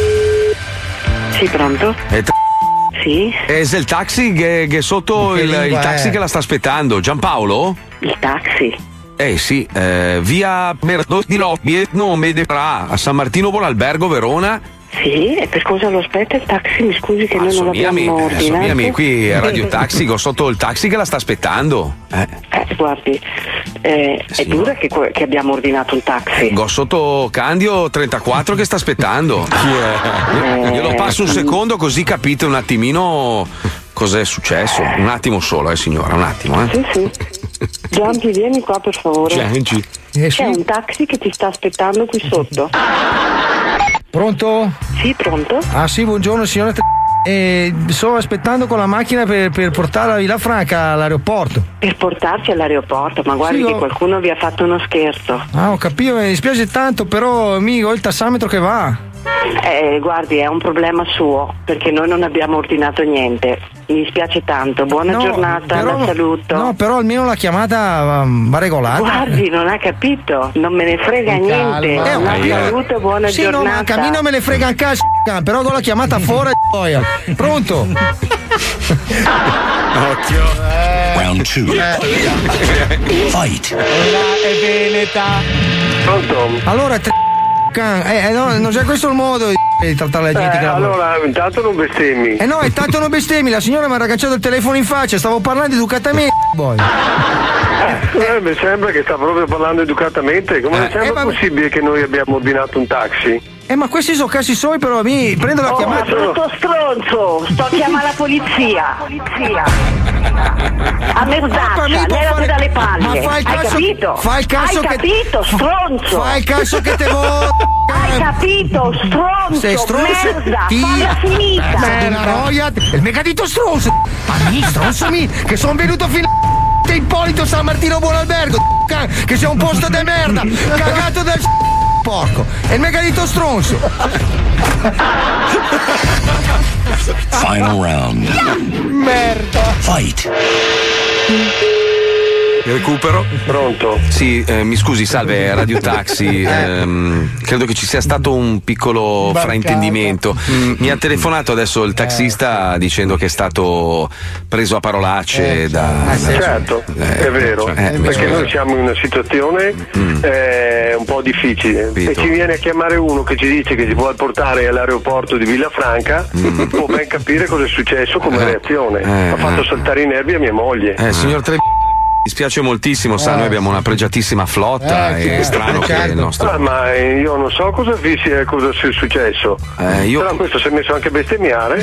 Sì, pronto? E t- Sì. è il taxi che, che è sotto Che il, il lingua taxi è? che la sta aspettando. Giampaolo? Il taxi? Eh sì, eh, via Merdo di Lobby, nome de Pra, a San Martino Buonalbergo, Verona. Sì, e per cosa lo aspetta il taxi? Mi scusi che noi non Sommiami, l'abbiamo eh, ordinato. sommiami, qui è Radio Taxi, ho sotto il taxi che la sta aspettando. Eh. Eh, guardi, eh, è dura che, que- che abbiamo ordinato un taxi. Go sotto Candio trentaquattro che sta aspettando. Chi è? Io, glielo passo un secondo così capite un attimino cos'è successo. Un attimo solo, eh signora, un attimo, eh. Sì, sì. Gianpi, vieni qua per favore. Gengi. C'è un taxi che ti sta aspettando qui sotto. Pronto? Sì, pronto? Ah sì, buongiorno signora. Eh, sto aspettando con la macchina per, per portare la Villafranca all'aeroporto. Per portarci all'aeroporto, ma guardi Sì, che ho- qualcuno vi ha fatto uno scherzo. Ah, ho capito, mi dispiace tanto, però amico, ho il tassametro che va. Eh, guardi, è un problema suo, perché noi non abbiamo ordinato niente. Mi dispiace tanto, buona No, giornata, però- la saluto. No, però almeno la chiamata va, va regolata. Guardi, non ha capito, non me ne frega niente. Eh, ho La capito. saluto, buona Sì, giornata. no, ma a me non me ne frega un cazzo, però do la chiamata fuori boia. Pronto? Occhio. Round two. Fight. È veneta. Pronto? Allora, tre can- eh, eh, no, non c'è questo il modo di trattare la gente Eh, che lavora. allora, intanto non bestemmi. Eh no, è tanto non bestemmi, la signora mi ha ragacciato il telefono in faccia, stavo parlando educatamente, boy. Eh, mi sembra che sta proprio parlando educatamente. Come non sembra eh, ma- possibile che noi abbiamo ordinato un taxi? Eh ma questi sono cazzi suoi, però mi prendo la Oh, chiamata. brutto stronzo, sto a chiamare la polizia. Polizia. A merdaccia, Ma mi può levati fare- dalle palle. Ma fai il Hai cazzo- capito? fai il cazzo Hai che- capito, stronzo. Fai il cazzo che te vuoi. Hai capito, stronzo. Sei stronzo. Merda, Ti- falla finita. Merda, una roia. Il megadito stronzo. Ma mi stronzo mi, che sono venuto fino a Ippolito San Martino Buonalbergo. Che sia un posto de merda. Cagato del porco. E il megadito stronzo. Final round. Merda. Fight. Recupero. Pronto? Sì, eh, mi scusi, salve Radio Taxi. ehm, credo che ci sia stato un piccolo Barcata. fraintendimento. Mi ha telefonato adesso il taxista dicendo che è stato preso a parolacce da. Certo, è vero, cioè, eh, mi perché scusi. noi siamo in una situazione eh, un po' difficile e ci viene a chiamare uno che ci dice che si vuole portare all'aeroporto di Villafranca, può ben capire cosa è successo come Eh, reazione. eh, ha fatto eh. saltare i nervi a mia moglie. Eh, signor Tre. Mi spiace moltissimo, sa, Eh, noi abbiamo una pregiatissima flotta Eh, e è sì, strano che certo. il nostro. Ah, ma io non so cosa vi sia, cosa sia successo. Eh, io- Però questo si è messo anche a bestemmiare.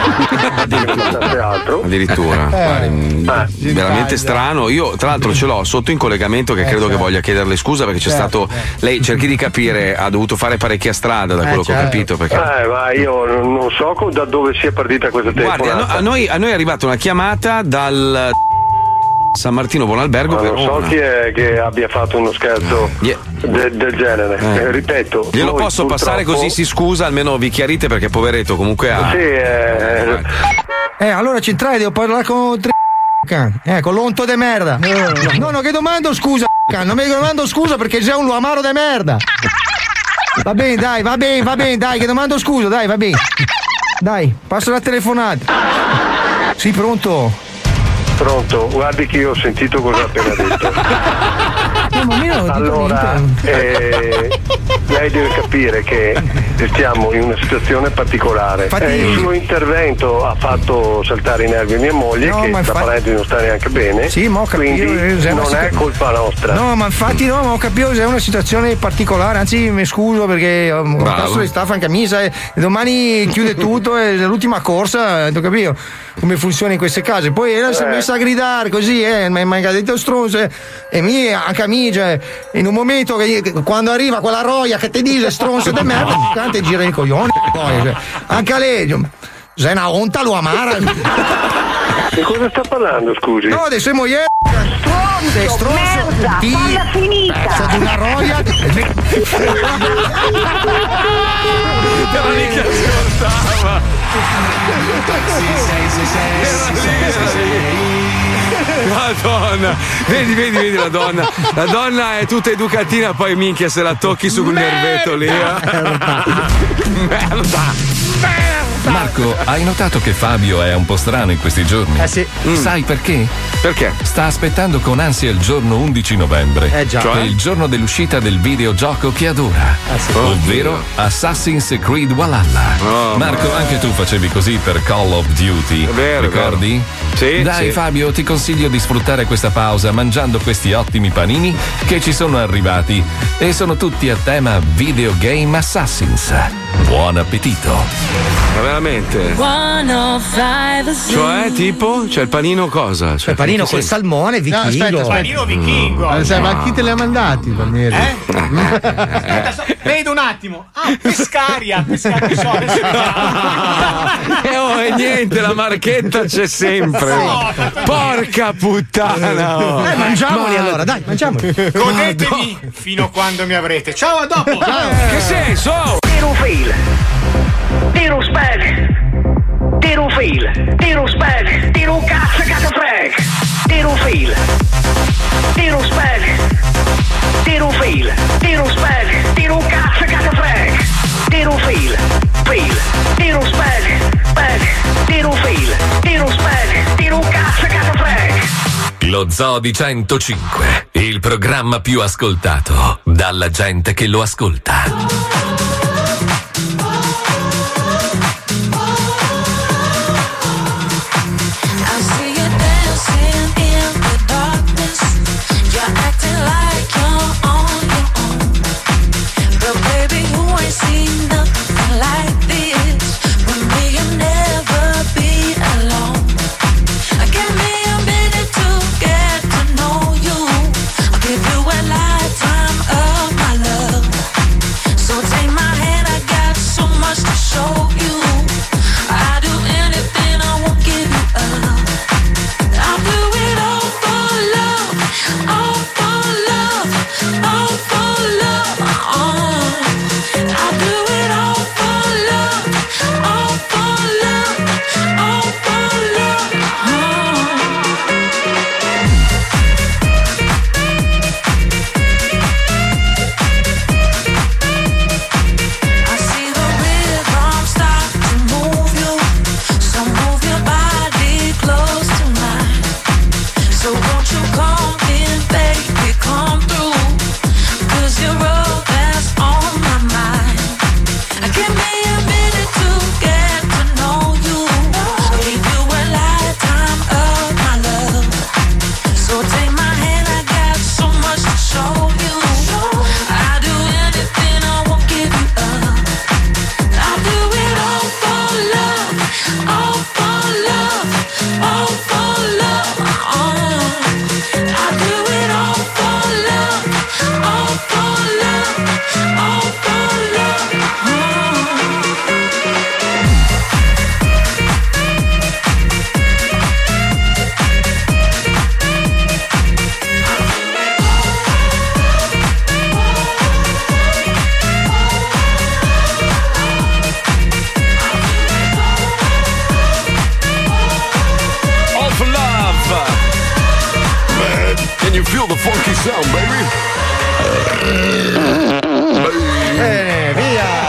altro. Addirittura, Eh. guardi, Eh. veramente strano. Io, tra l'altro, ce l'ho sotto in collegamento che Eh, credo che certo. voglia chiederle scusa perché c'è Certo, stato. Lei cerchi di capire, ha dovuto fare parecchia strada da Eh, quello che ho certo. capito. Perché. Eh, ma io non non so co- da dove sia partita questa Guardi, a, no- telefonata. a noi, a noi è arrivata una chiamata dal San Martino Buonalbergo Ma non so Verona. chi è che abbia fatto uno scherzo Yeah. de- del genere. Eh. Eh, ripeto, Glielo noi posso passare purtroppo- così si scusa, almeno vi chiarite perché poveretto comunque ha. Sì, eh, Eh, allora centrale, devo parlare con tre. Eh, con l'onto de merda. No, no, che domando scusa, non mi domando scusa perché sei un amaro de merda. Va bene, dai, va bene, va bene, dai, che domando scusa, dai, va bene. Dai, passo la telefonata. Sì, pronto? Pronto, guardi che io ho sentito cosa ha appena detto. No, ma io non ho detto Allora, niente. eh, lei deve capire che stiamo in una situazione particolare. Infatti- Eh, il suo intervento ha fatto saltare i nervi a mia moglie, No, che ma da infatti- parenti non sta neanche bene. Sì, ma ho capito, quindi eh, se non una è situ- colpa nostra. No, ma infatti no, ma ho capito che è una situazione particolare, anzi mi scuso perché ho un Bravo. tasso di staffa in camicia e domani chiude tutto e è l'ultima corsa, ho capito come funziona in queste case. Poi ella si è Eh. messa a gridare così, eh, mi ha detto stronzo eh, e mi a camicia eh, in un momento che, che quando arriva quella roia che ti dice stronzo di merda, cante gira i coglioni, poi, cioè, anche a lei, sei una onta lo amara. Di cosa sta parlando, scusi? No, di sua moglie. Sei stronzo. merda, Ti- falla finita. Pezzo di una roia. Però mica ascoltava. Madonna, vedi, vedi, vedi la donna. La donna è tutta educatina, poi minchia se la tocchi su quel nervetto lì. eh. Merda. Marco, hai notato che Fabio è un po' strano in questi giorni? Eh sì. Sai perché? Perché? Sta aspettando con ansia il giorno undici novembre. Eh già. Che è il giorno dell'uscita del videogioco che adora. sì. Ovvero Assassin's Creed Valhalla. Oh, Marco, ma- anche tu facevi così per Call of Duty. È vero, è Ricordi? Sì, Dai sì. Fabio, ti consiglio di sfruttare questa pausa mangiando questi ottimi panini che ci sono arrivati. E sono tutti a tema Videogame Assassins. Buon appetito! Ma veramente? Cioè, tipo? C'è il panino cosa? Cioè, Il panino che col sei- salmone, vichingo. aspetta, aspetta. Panino vichingo. Eh, sai, ma chi te li ha mandati, Palmieri? Eh? Aspetta, so- vedo un attimo. Ah, Pescaria. Pescaria so, adesso- E oh, e niente, la marchetta c'è sempre. Porca puttana! oh. Eh, mangiamoli Ma- allora, dai, mangiamoli. Godetemi fino a quando mi avrete. Ciao, a dopo. Che senso? Tiro fail. Tiro spag. Tiro fail. Tiro spag. Tiro cazzo cazzo frag. Tiro fail. Tiro spag. Tiro fail. Tiro spag. Tiro cazzo cazzo frag. Tiro fail. Fail. Tiro spag. Spag. Tiro fail. Tiro spag. Tiro cazzo cazzo frag. Lo Zoo di centocinque, il programma più ascoltato dalla gente che lo ascolta. Take my Funky sound, baby. Eh, via.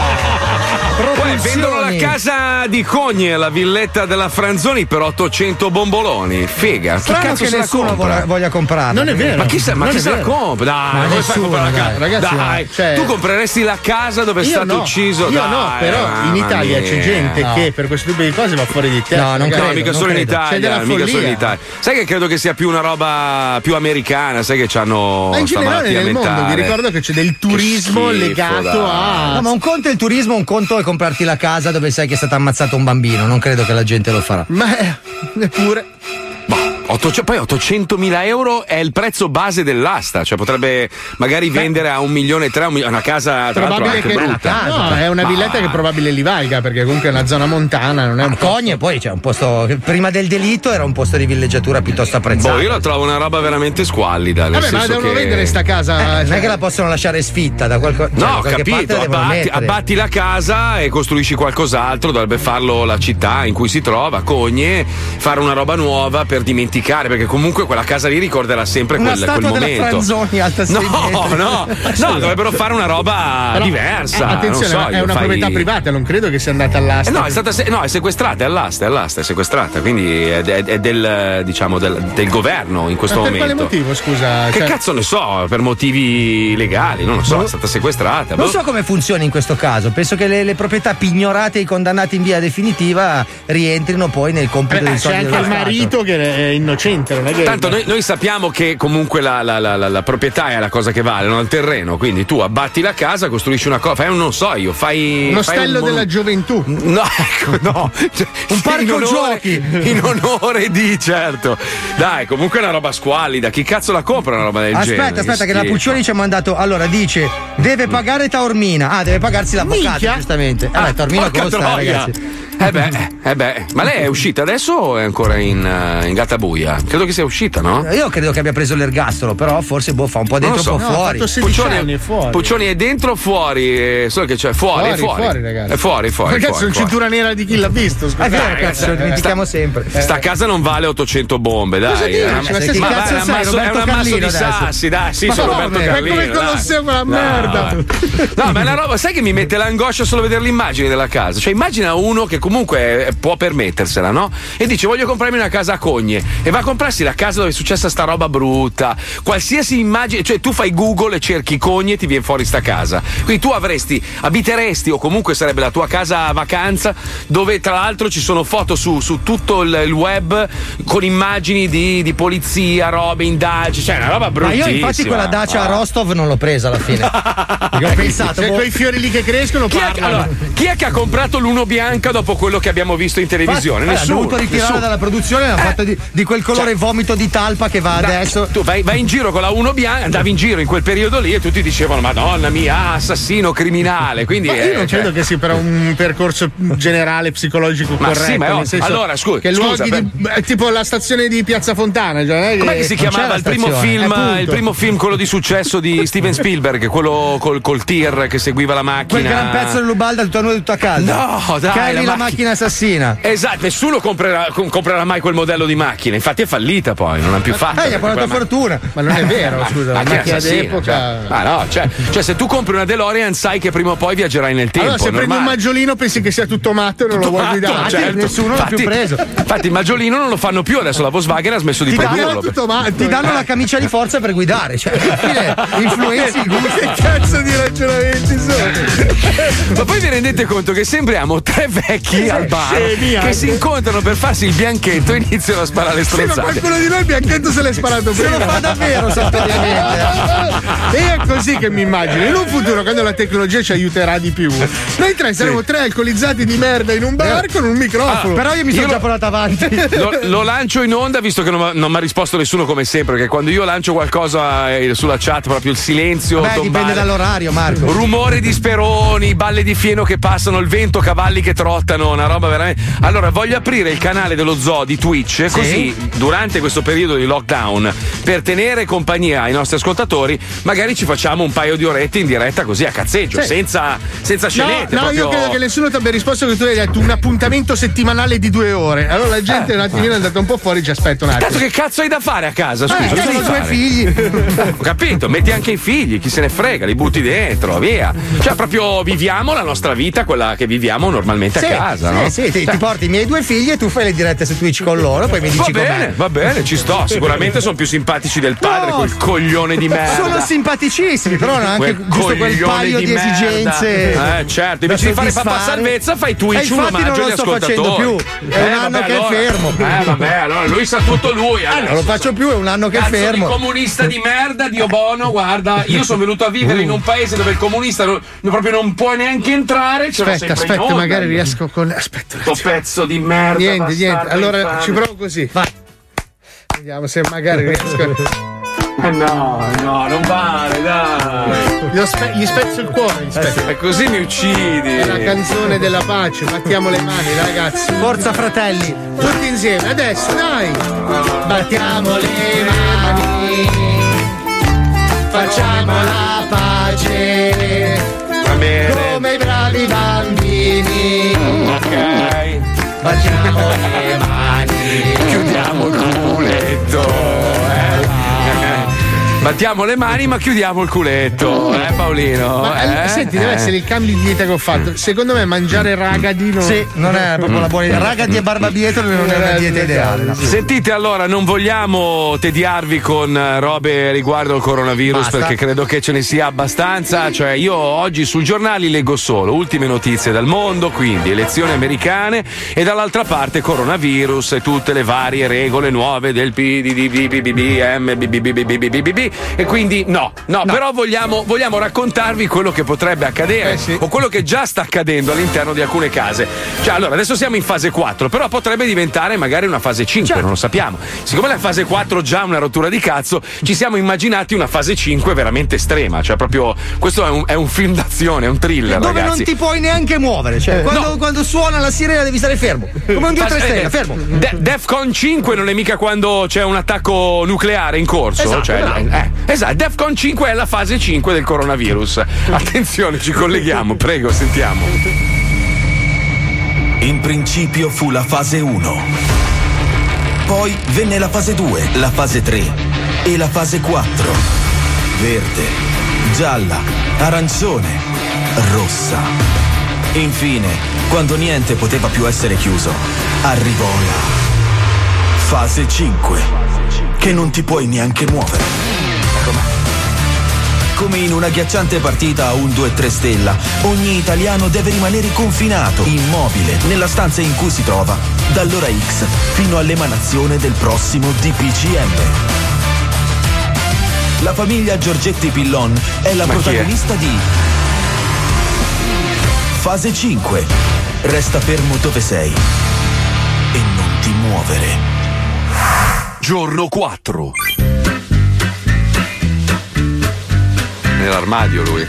Poi vendono la casa di Cogne, la villetta della Franzoni per ottocento bomboloni. Figa. Chi Strano cazzo che se la nessuno compra? voglia, voglia comprarla. Non è vero. Ma chi se, ma Non chi è se la vero. compra? Dai, Ma come fai a nessuno, comprare la dai, casa? ragazzi, Dai, cioè- tu compreresti la casa dove è Io stato no, ucciso? io Dai, no, però in mamma Italia mia. c'è gente No. che per questo tipo di cose va fuori di testa. No, non ragazzi. No, mica non solo in credo. C'è Italia, della mica solo in follia. Italia. Sai che credo che sia più una roba più americana, sai che c'hanno Ma in sta generale malattia nel mondo mentale. vi ricordo che c'è del turismo schifo, legato dai. a. No, ma un conto è il turismo, un conto è comprarti la casa dove sai che è stato ammazzato un bambino. Non credo che la gente lo farà. Ma eh, neppure. ottocento poi ottocentomila euro è il prezzo base dell'asta, cioè potrebbe magari vendere a un milione e tre, un milione- una casa tra l'altro Probabile anche che brutta. no, è una Ma- villetta che probabile li valga perché comunque è una zona montana, non è un Cogne, poi c'è un posto. Prima del delitto era un posto di villeggiatura piuttosto apprezzato. Boh, io la trovo una roba veramente squallida. Nel Vabbè, ma senso devono che... vendere sta casa. Eh, non cioè- è che la possono lasciare sfitta da qualco- cioè, da No, ho qualche parte capito, la devono abbatti, mettere. abbatti la casa e costruisci qualcos'altro, dovrebbe farlo la città in cui si trova, Cogne, fare una roba nuova per dimenticare, perché comunque quella casa lì ricorderà sempre Una quel, quel statua della momento. Franzoni alta sei No, metri. no, no, dovrebbero fare una roba Però, diversa. eh, attenzione, non so, è io una fai- proprietà privata, non credo che sia andata all'asta. Eh no, è stata se- no, è sequestrata, è all'asta, è all'asta, è sequestrata, quindi è, è- è del diciamo del, del governo in questo Ma per momento. quale motivo, scusa? Che Cioè- cazzo ne so, per motivi legali, non lo so, è stata sequestrata. Non boh. so come funzioni in questo caso. Penso che le, le proprietà pignorate e condannate in via definitiva rientrino poi nel compito Eh, dei c'è soldi anche dello il Stato. marito che è innocente, non è che. Tanto noi, noi sappiamo che comunque la, la- la- la- la proprietà è la cosa che vale, non il terreno. Quindi tu abbatti la casa, costruisci una cosa, fai un non so io, fai. Uno fai stello un- della gioventù. No, ecco, no. Cioè, Un parco in onore- giochi. In onore di, certo. Dai, comunque è una roba squallida. Chi cazzo la compra una roba del genere? Aspetta, aspetta, che la schifo. Puccioni ci ha mandato. Allora dice: deve pagare Taormina. Ah, deve pagarsi l'avvocato, Minchia. giustamente. Ah, beh, Taormina porca costa, troia. ragazzi. Eh beh, eh beh, ma lei è uscita adesso o è ancora in, eh, in gattabuia? Credo che sia uscita, no? Io credo che abbia preso l'ergastolo, però forse boh, fa un po' Non dentro, lo un so. po' No, ha fuori. fatto sedici Puccioni, anni, è fuori. Puccioni è dentro o fuori? Eh, Solo che c'è fuori, Fuori, è fuori. fuori, ragazzi. È fuori, fuori. Ragazzi, fuori, un fuori. cintura nera di chi l'ha visto? È Scusate. vero, Dai, cazzo, eh, lo dimentichiamo sempre. Sta casa non vale ottocento bombe, dai. Cosa dici? È una- Ma sei- ma chi vai, cazzo è un sei, ammasso- è Roberto un ammasso Carlino di adesso? sassi, dai, sì, Ma sono come? Roberto Ma Carlino. come dai. Colosseo quella No, merda? vai. No, ma è una roba, sai che mi mette l'angoscia solo vedere l'immagine della casa. Cioè, immagina uno che comunque eh, può permettersela, no? E dice voglio comprarmi una casa a Cogne e va a comprarsi la casa dove è successa sta roba brutta. Qualsiasi immagine, cioè tu fai Google e cerchi Cogne e ti viene fuori sta casa. Quindi tu avresti, abiteresti o comunque sarebbe la tua casa a vacanza dove tra l'altro ci sono foto su, su tutto il, il web con immagini di, di polizia, robe, indagini, cioè una roba Ma bruttissima. io infatti quella dacia a Ah. Rostov non l'ho presa alla fine. Perché ho pensato, Cioè, boh, quei fiori lì che crescono Chi è, che, parlano. allora, chi è che ha comprato l'uno bianca dopo quello che abbiamo visto in televisione? Guarda, Nessuno. Ha dovuto ritirare nessuno. dalla produzione e hanno fatto di, di quel colore vomito di talpa che va Dai, adesso. Tu vai, vai in giro con la uno bianca, andavi in giro in quel periodo lì e tutti dicevano Madonna mia, assassino, criminale. Quindi Ma io eh, non cioè- credo che sia per un percorso generale psicologico Ma corretto. sì, ma è nel ovvio. senso Allora, scusa, che scusa, luoghi per- di, è tipo la stazione di Piazza Fontana. Cioè, non è Com'è che si non c'è chiamava la il primo stazione. film? Appunto. Il primo film, quello di successo di Steven Spielberg, quello col, col tir che seguiva la macchina. Quel gran pezzo dell'Ubalda tutta nuda e tutta calda. No, dai, Carry la la, macchina- macchina assassina. Esatto, nessuno comprerà, com- comprerà mai quel modello di macchina. Infatti è fallita poi, non ha più fatto. Eh, gli ha perché portato quella- fortuna. Ma non è vero, scusa, la macchina macchina assassina, d'epoca. cioè. Ma no, cioè, cioè, se tu compri una DeLorean sai che prima o poi viaggerai nel tempo. Allora, se prendi un normale. maggiolino pensi che sia tutto matto e non lo vuoi Matto, guidare. certo. nessuno l'ha più Infatti- preso. Infatti il maggiolino non lo fanno più, adesso la Volkswagen ha smesso di Ti danno produrlo. tutto matto. Ti danno la camicia di forza per guidare. Cioè, alla fine influenzi il gusto. Che cazzo di ragionamenti sono? Ma poi vi rendete conto che sembriamo tre vecchi al bar scemi che anche. si incontrano per farsi il bianchetto e iniziano a sparare Sì, ma stronzate. qualcuno di noi bianchetto se l'è sparato Se prima. lo fa davvero, sapete. E è così che mi immagino. In un futuro, quando la tecnologia ci aiuterà di più, noi tre saremo tre alcolizzati di merda in un bar con un microfono. Però io mi sono Io già lo- portato avanti. Lo, lo lancio in onda visto che non, non mi ha risposto nessuno come sempre, perché quando io lancio qualcosa eh, sulla chat proprio il silenzio Beh, tombale, dipende dall'orario, Marco. rumore di speroni, balle di fieno che passano, il vento, cavalli che trottano, aspettano una roba veramente. Allora, voglio aprire il canale dello zoo di Twitch, Sì. così durante questo periodo di lockdown, per tenere compagnia ai nostri ascoltatori, magari ci facciamo un paio di orette in diretta così a cazzeggio, Sì. senza, senza scenette. No, no, proprio... io credo che nessuno ti abbia risposto che tu hai detto un appuntamento settimanale di due ore. Allora la gente Eh. un attimino è andata un po' fuori, ci aspetta un attimo. Tanto che cazzo hai da fare a casa? Scusa, Eh, cosa sono devi due fare? figli. Ho capito, metti anche i figli, chi se ne frega, li butti dentro, via. Cioè, proprio viviamo la nostra vita, quella che viviamo normalmente Sì, a casa, sì, no? sì, ti, Cioè, ti porti i miei due figli e tu fai le dirette su Twitch con loro, poi mi Va dici com'è. bene, va bene, ci sto. Sicuramente sono più simpatici del padre, No, quel coglione di merda. Sono simpaticissimi, però hanno anche Quel giusto quel coglione paio di, merda. esigenze. Eh, certo, invece da di fare papà soddisfare. salvezza, fai Twitch, E un infatti omaggio non agli lo sto facendo ascoltatori. più. È un Eh, anno vabbè, che allora- è fermo. Eh, vabbè, allora lui sa tutto lui. Ah, non lo faccio più, è un anno che è Cazzo fermo. di comunista di merda, Dio Bono, guarda, io sono venuto a vivere in un paese dove il comunista non, proprio non può neanche entrare. Ce l'ho Aspetta, sempre in aspetta, onda. magari riesco con. Aspetta. Sto pezzo di merda. Niente, niente. bastardo Allora infame. ci provo così. Vai. Vediamo se magari riesco. Eh, No, no, non vale, dai. Gli, spe- gli spezzo il cuore. Gli spezzo. E così mi uccidi. È la canzone della pace. Battiamo le mani, ragazzi. Forza fratelli. Tutti insieme, adesso, dai. Battiamo le mani. Facciamo la pace. Va bene. Come i bravi bambini. Ok. Battiamo le mani. Chiudiamo il culetto. eh. Battiamo le mani ma chiudiamo il culetto, eh Paolino? Ma, eh? senti, deve Eh. essere il cambio di dieta che ho fatto. Secondo me mangiare ragadi non... Sì, non è proprio la buona idea. Ragadi e barbabietro non è una dieta ideale. no? Sentite, allora, non vogliamo tediarvi con eh, robe riguardo il coronavirus, Basta. perché credo che ce ne sia abbastanza. Cioè, io oggi sui giornali leggo solo ultime notizie dal mondo, quindi elezioni americane e dall'altra parte coronavirus e tutte le varie regole nuove del P D D B B B B M B B B B B B B B. E quindi no, no, però vogliamo, vogliamo raccontarvi quello che potrebbe accadere o quello che già sta accadendo all'interno di alcune case. Cioè, allora, adesso siamo in fase quattro, però potrebbe diventare magari una fase cinque, non lo sappiamo. Siccome la fase quattro già è una rottura di cazzo, ci siamo immaginati una fase cinque veramente estrema. Cioè, proprio questo è un, è un film d'azione, è un thriller, Dove ragazzi. non ti puoi neanche muovere, cioè quando, quando suona la sirena devi stare fermo. Come un dio tre Eh, stelle, eh, fermo. De- Defcon cinque non è mica quando c'è un attacco nucleare in corso. Esatto, cioè, esatto. eh, esatto, Defcon cinque è la fase cinque del coronavirus. Attenzione, ci colleghiamo, prego, sentiamo. In principio fu la fase uno. Poi venne la fase due, la fase tre e la fase quattro. Verde, gialla, arancione, rossa. Infine, quando niente poteva più essere chiuso, arrivò la fase cinque, che non ti puoi neanche muovere. Come in una ghiacciante partita a un due tre stella, ogni italiano deve rimanere confinato, immobile, nella stanza in cui si trova, dall'ora X fino all'emanazione del prossimo D P C M. La famiglia Giorgetti Pillon è la Ma chi è? protagonista di Fase cinque. Resta fermo dove sei e non ti muovere. Giorno quattro. Nell'armadio lui.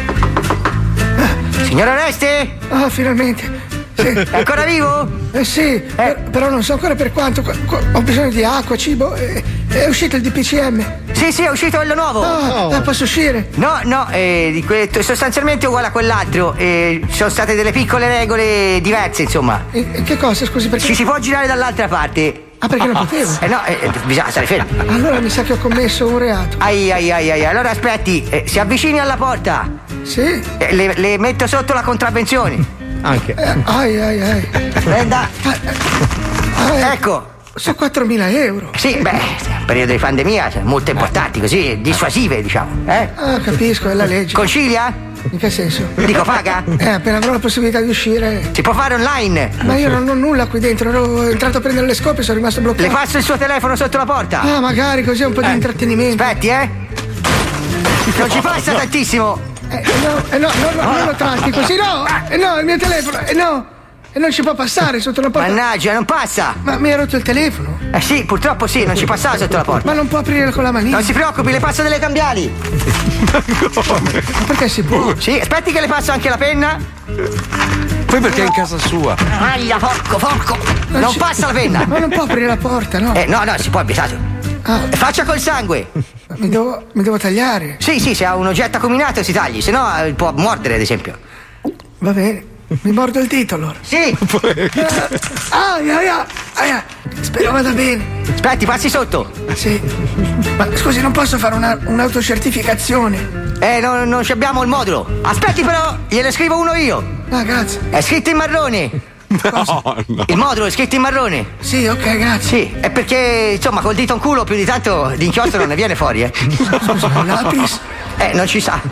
Signor Oreste? Ah, finalmente. Sì. È ancora vivo? Eh sì, per- però non so ancora per quanto. Qu- qu- Ho bisogno di acqua, cibo. eh, È uscito il D P C M. Sì, sì, è uscito quello nuovo. Ah, ah, posso uscire? No, no, eh, di que- sostanzialmente uguale a quell'altro. Eh, ci sono state delle piccole regole diverse, insomma. E, e che cosa, scusi, perché? Ci si può girare dall'altra parte. Ah, perché non potevo? Eh no, eh, bisogna stare fermi. Allora mi sa che ho commesso un reato. Ai ai ai ai, allora aspetti, eh, si avvicini alla porta. Sì? Eh, le, le metto sotto la contravvenzione. Anche. Eh, ai ai ai. Prenda. Ah, Ecco. Sono quattromila euro. Sì, beh, periodo di pandemia, cioè, molto importanti, così, dissuasive, diciamo. Eh? Ah, capisco, è la legge. Concilia? In che senso? Dico, paga? Eh, appena avrò la possibilità di uscire. Si può fare online. Ma io non ho nulla qui dentro, ero entrato a prendere le scope e sono rimasto bloccato. Le passo il suo telefono sotto la porta. Ah, magari così è un po' di Eh, intrattenimento. Aspetti, eh? Non ci passa tantissimo. Eh, no, eh, no, no, no, non lo tratti così, no! Eh, no, il mio telefono, eh, no! E non ci può passare sotto la porta. Mannaggia, non passa. Ma mi ha rotto il telefono. Eh sì, purtroppo sì, non ci passava sotto la porta. Ma non può aprire con la manina. Non si preoccupi, le passo delle cambiali. Ma perché si può? Sì, aspetti che le passo anche la penna. Poi perché è in casa sua? Aia, porco, porco! Non, non ci... passa la penna! Ma non può aprire la porta, no? Eh, no, no, si può, abitato. Ah. Faccia col sangue! Mi devo, mi devo tagliare? Sì, sì, se ha un oggetto acuminato si tagli, se no può mordere, ad esempio. Va bene, mi mordo il dito allora. Sì! Aia, aia, aia! Spero vada bene. Aspetti, passi sotto. Sì. Ma scusi, non posso fare una, un'autocertificazione? Eh, no, non abbiamo il modulo. Aspetti però, gliene scrivo uno io. Ah, grazie. È scritto in marrone. No, no. Il modulo è scritto in marrone. Sì, ok, grazie. Sì, è perché, insomma, col dito in culo più di tanto d'inchiostro non ne viene fuori, eh. Scusa, un lapis? Eh, non ci sa.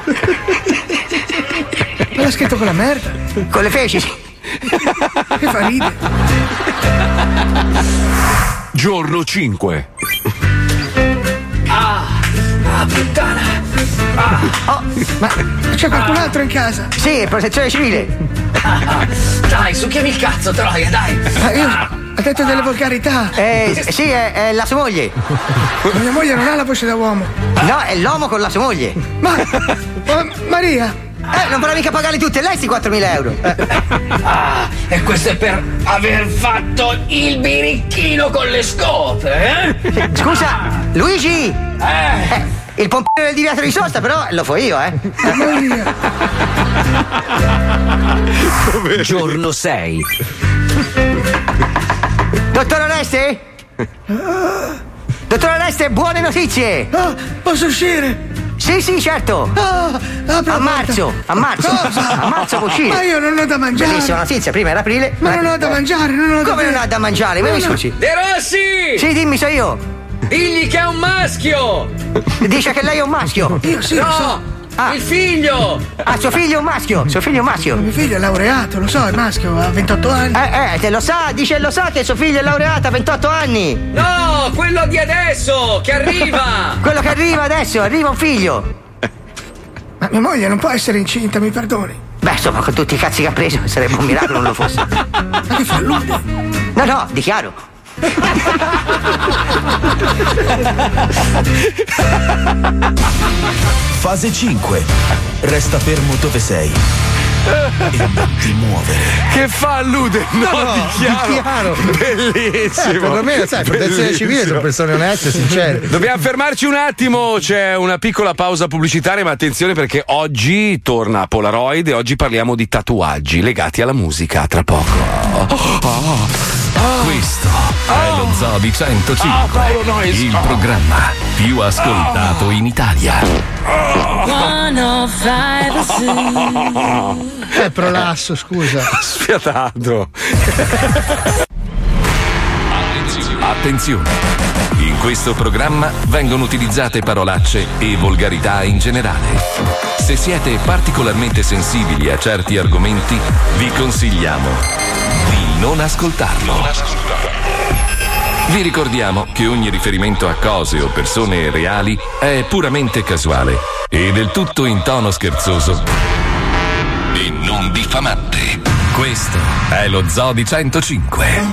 Ma l'ha scritto con la merda? Con le feci, sì. Che fa ridere. Giorno cinque. Ah, ah, puttana. Ah. Oh, ma c'è qualcun altro in casa? Sì, protezione civile. Ah, dai, succhiami il cazzo, troia, dai. Ma io ha detto delle volgarità. Eh, sì, è, è la sua moglie. Ma mia moglie non ha la voce da uomo. No, è l'uomo con la sua moglie. Ma, ma Maria. Eh, non vorrà mica pagarli tutte lei sti quattromila euro. Ah, e questo è per aver fatto il birichino con le scope, eh? Scusa, Luigi! Eh! eh il pompino del deviato di sosta, però lo fo io, eh! Giorno sei. Dottor Oneste? Dottor Oneste, buone notizie! Ah, posso uscire? Sì, sì, certo! Ah, a marzo, a marzo, Cosa? a marzo può uscire. Ma io non ho da mangiare. Bellissima notizia, prima era aprile. Ma non ho da mangiare, non ho da Come non ha da mangiare? Ma mi scusi? De Rossi! Sì, dimmi, so io. Digli che è un maschio! Dice che lei è un maschio? Io sì, no, lo so. Ah. Il figlio! Ah, suo figlio è un maschio, suo figlio è un maschio. Mio figlio è laureato, lo so, è maschio, ha ventotto anni. Eh, eh, te lo sa, dice lo sa che suo figlio è laureato, ha ventotto anni. No, quello di adesso, che arriva! Quello che arriva adesso, arriva un figlio. Ma mia moglie non può essere incinta, mi perdoni. Beh, insomma, con tutti i cazzi che ha preso, sarebbe un miracolo non lo fosse. Ma che fa l'ude? No, no, dichiaro. Fase cinque. Resta fermo dove sei e non ti muovere. Che fa allude? No, no, no, dichiaro. dichiaro. Bellissimo. Eh, perlomeno, sai, protezione civile sono persone oneste e sincere. Dobbiamo fermarci un attimo, c'è una piccola pausa pubblicitaria, ma attenzione perché oggi torna Polaroid e oggi parliamo di tatuaggi legati alla musica, tra poco. Oh, oh. Questo è lo Zoo di centocinque, oh, il programma più ascoltato in Italia. È prolasso, scusa. Sfiatato. Attenzione, in questo programma vengono utilizzate parolacce e volgarità in generale. Se siete particolarmente sensibili a certi argomenti, vi consigliamo di non ascoltarlo. Vi ricordiamo che ogni riferimento a cose o persone reali è puramente casuale e del tutto in tono scherzoso e non diffamante. Questo è lo Zoo di centocinque.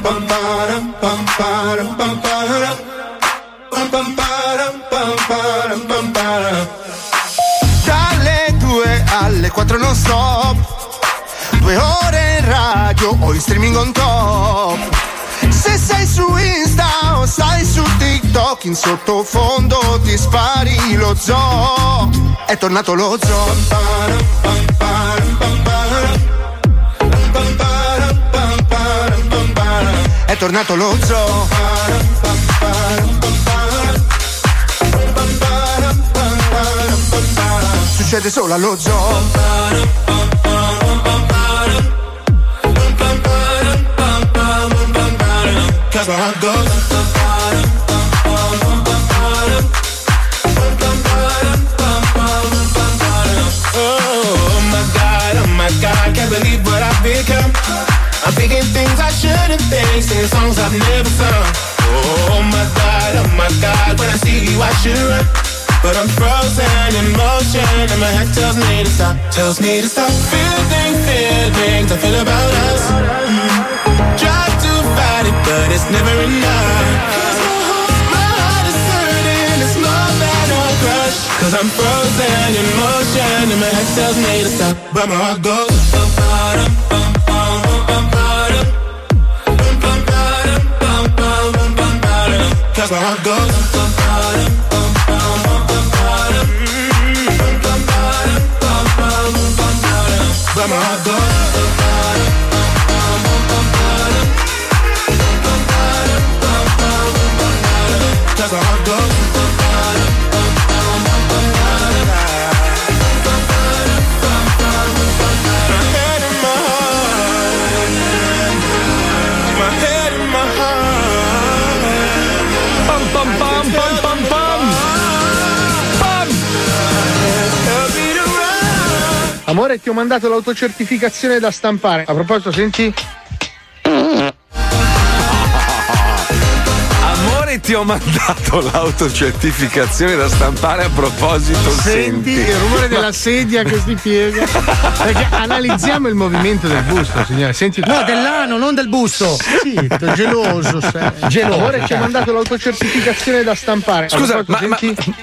Dalle due alle quattro non stop, due ore in radio o in streaming on top. Se sei su Insta o stai su TikTok, in sottofondo ti spari lo zoo. È tornato lo zoo. È tornato lo zoo. Succede solo allo zoo. Cause my heart goes. Oh my God, oh my God, can't believe what I've become. I'm thinking things I shouldn't think, singing songs I've never sung. Oh my God, oh my God, when I see you I should run, but I'm frozen in motion and my head tells me to stop, tells me to stop. Feeling, feelings I feel about us. Try to fight it, but it's never enough. Cause my heart, my heart is hurting, it's more than a crush. Cause I'm frozen in motion and my head tells me to stop, but my heart goes. That's how it goes. That's my heart goes. That's how it goes. My head in my heart. My head in my heart. Pam pam pam pam pam pam. Amore, ti ho mandato l'autocertificazione da stampare. A proposito, senti? Amore, ti ho mandato l'autocertificazione da stampare. A proposito, Senti, senti. il rumore della sedia che si piega. Perché analizziamo il movimento del busto, signore. Senti. No, dell'ano, non del busto. Sì, geloso. Sei. Geloso. Amore, ci ha mandato l'autocertificazione da stampare. Scusa, A proposito, ma- senti?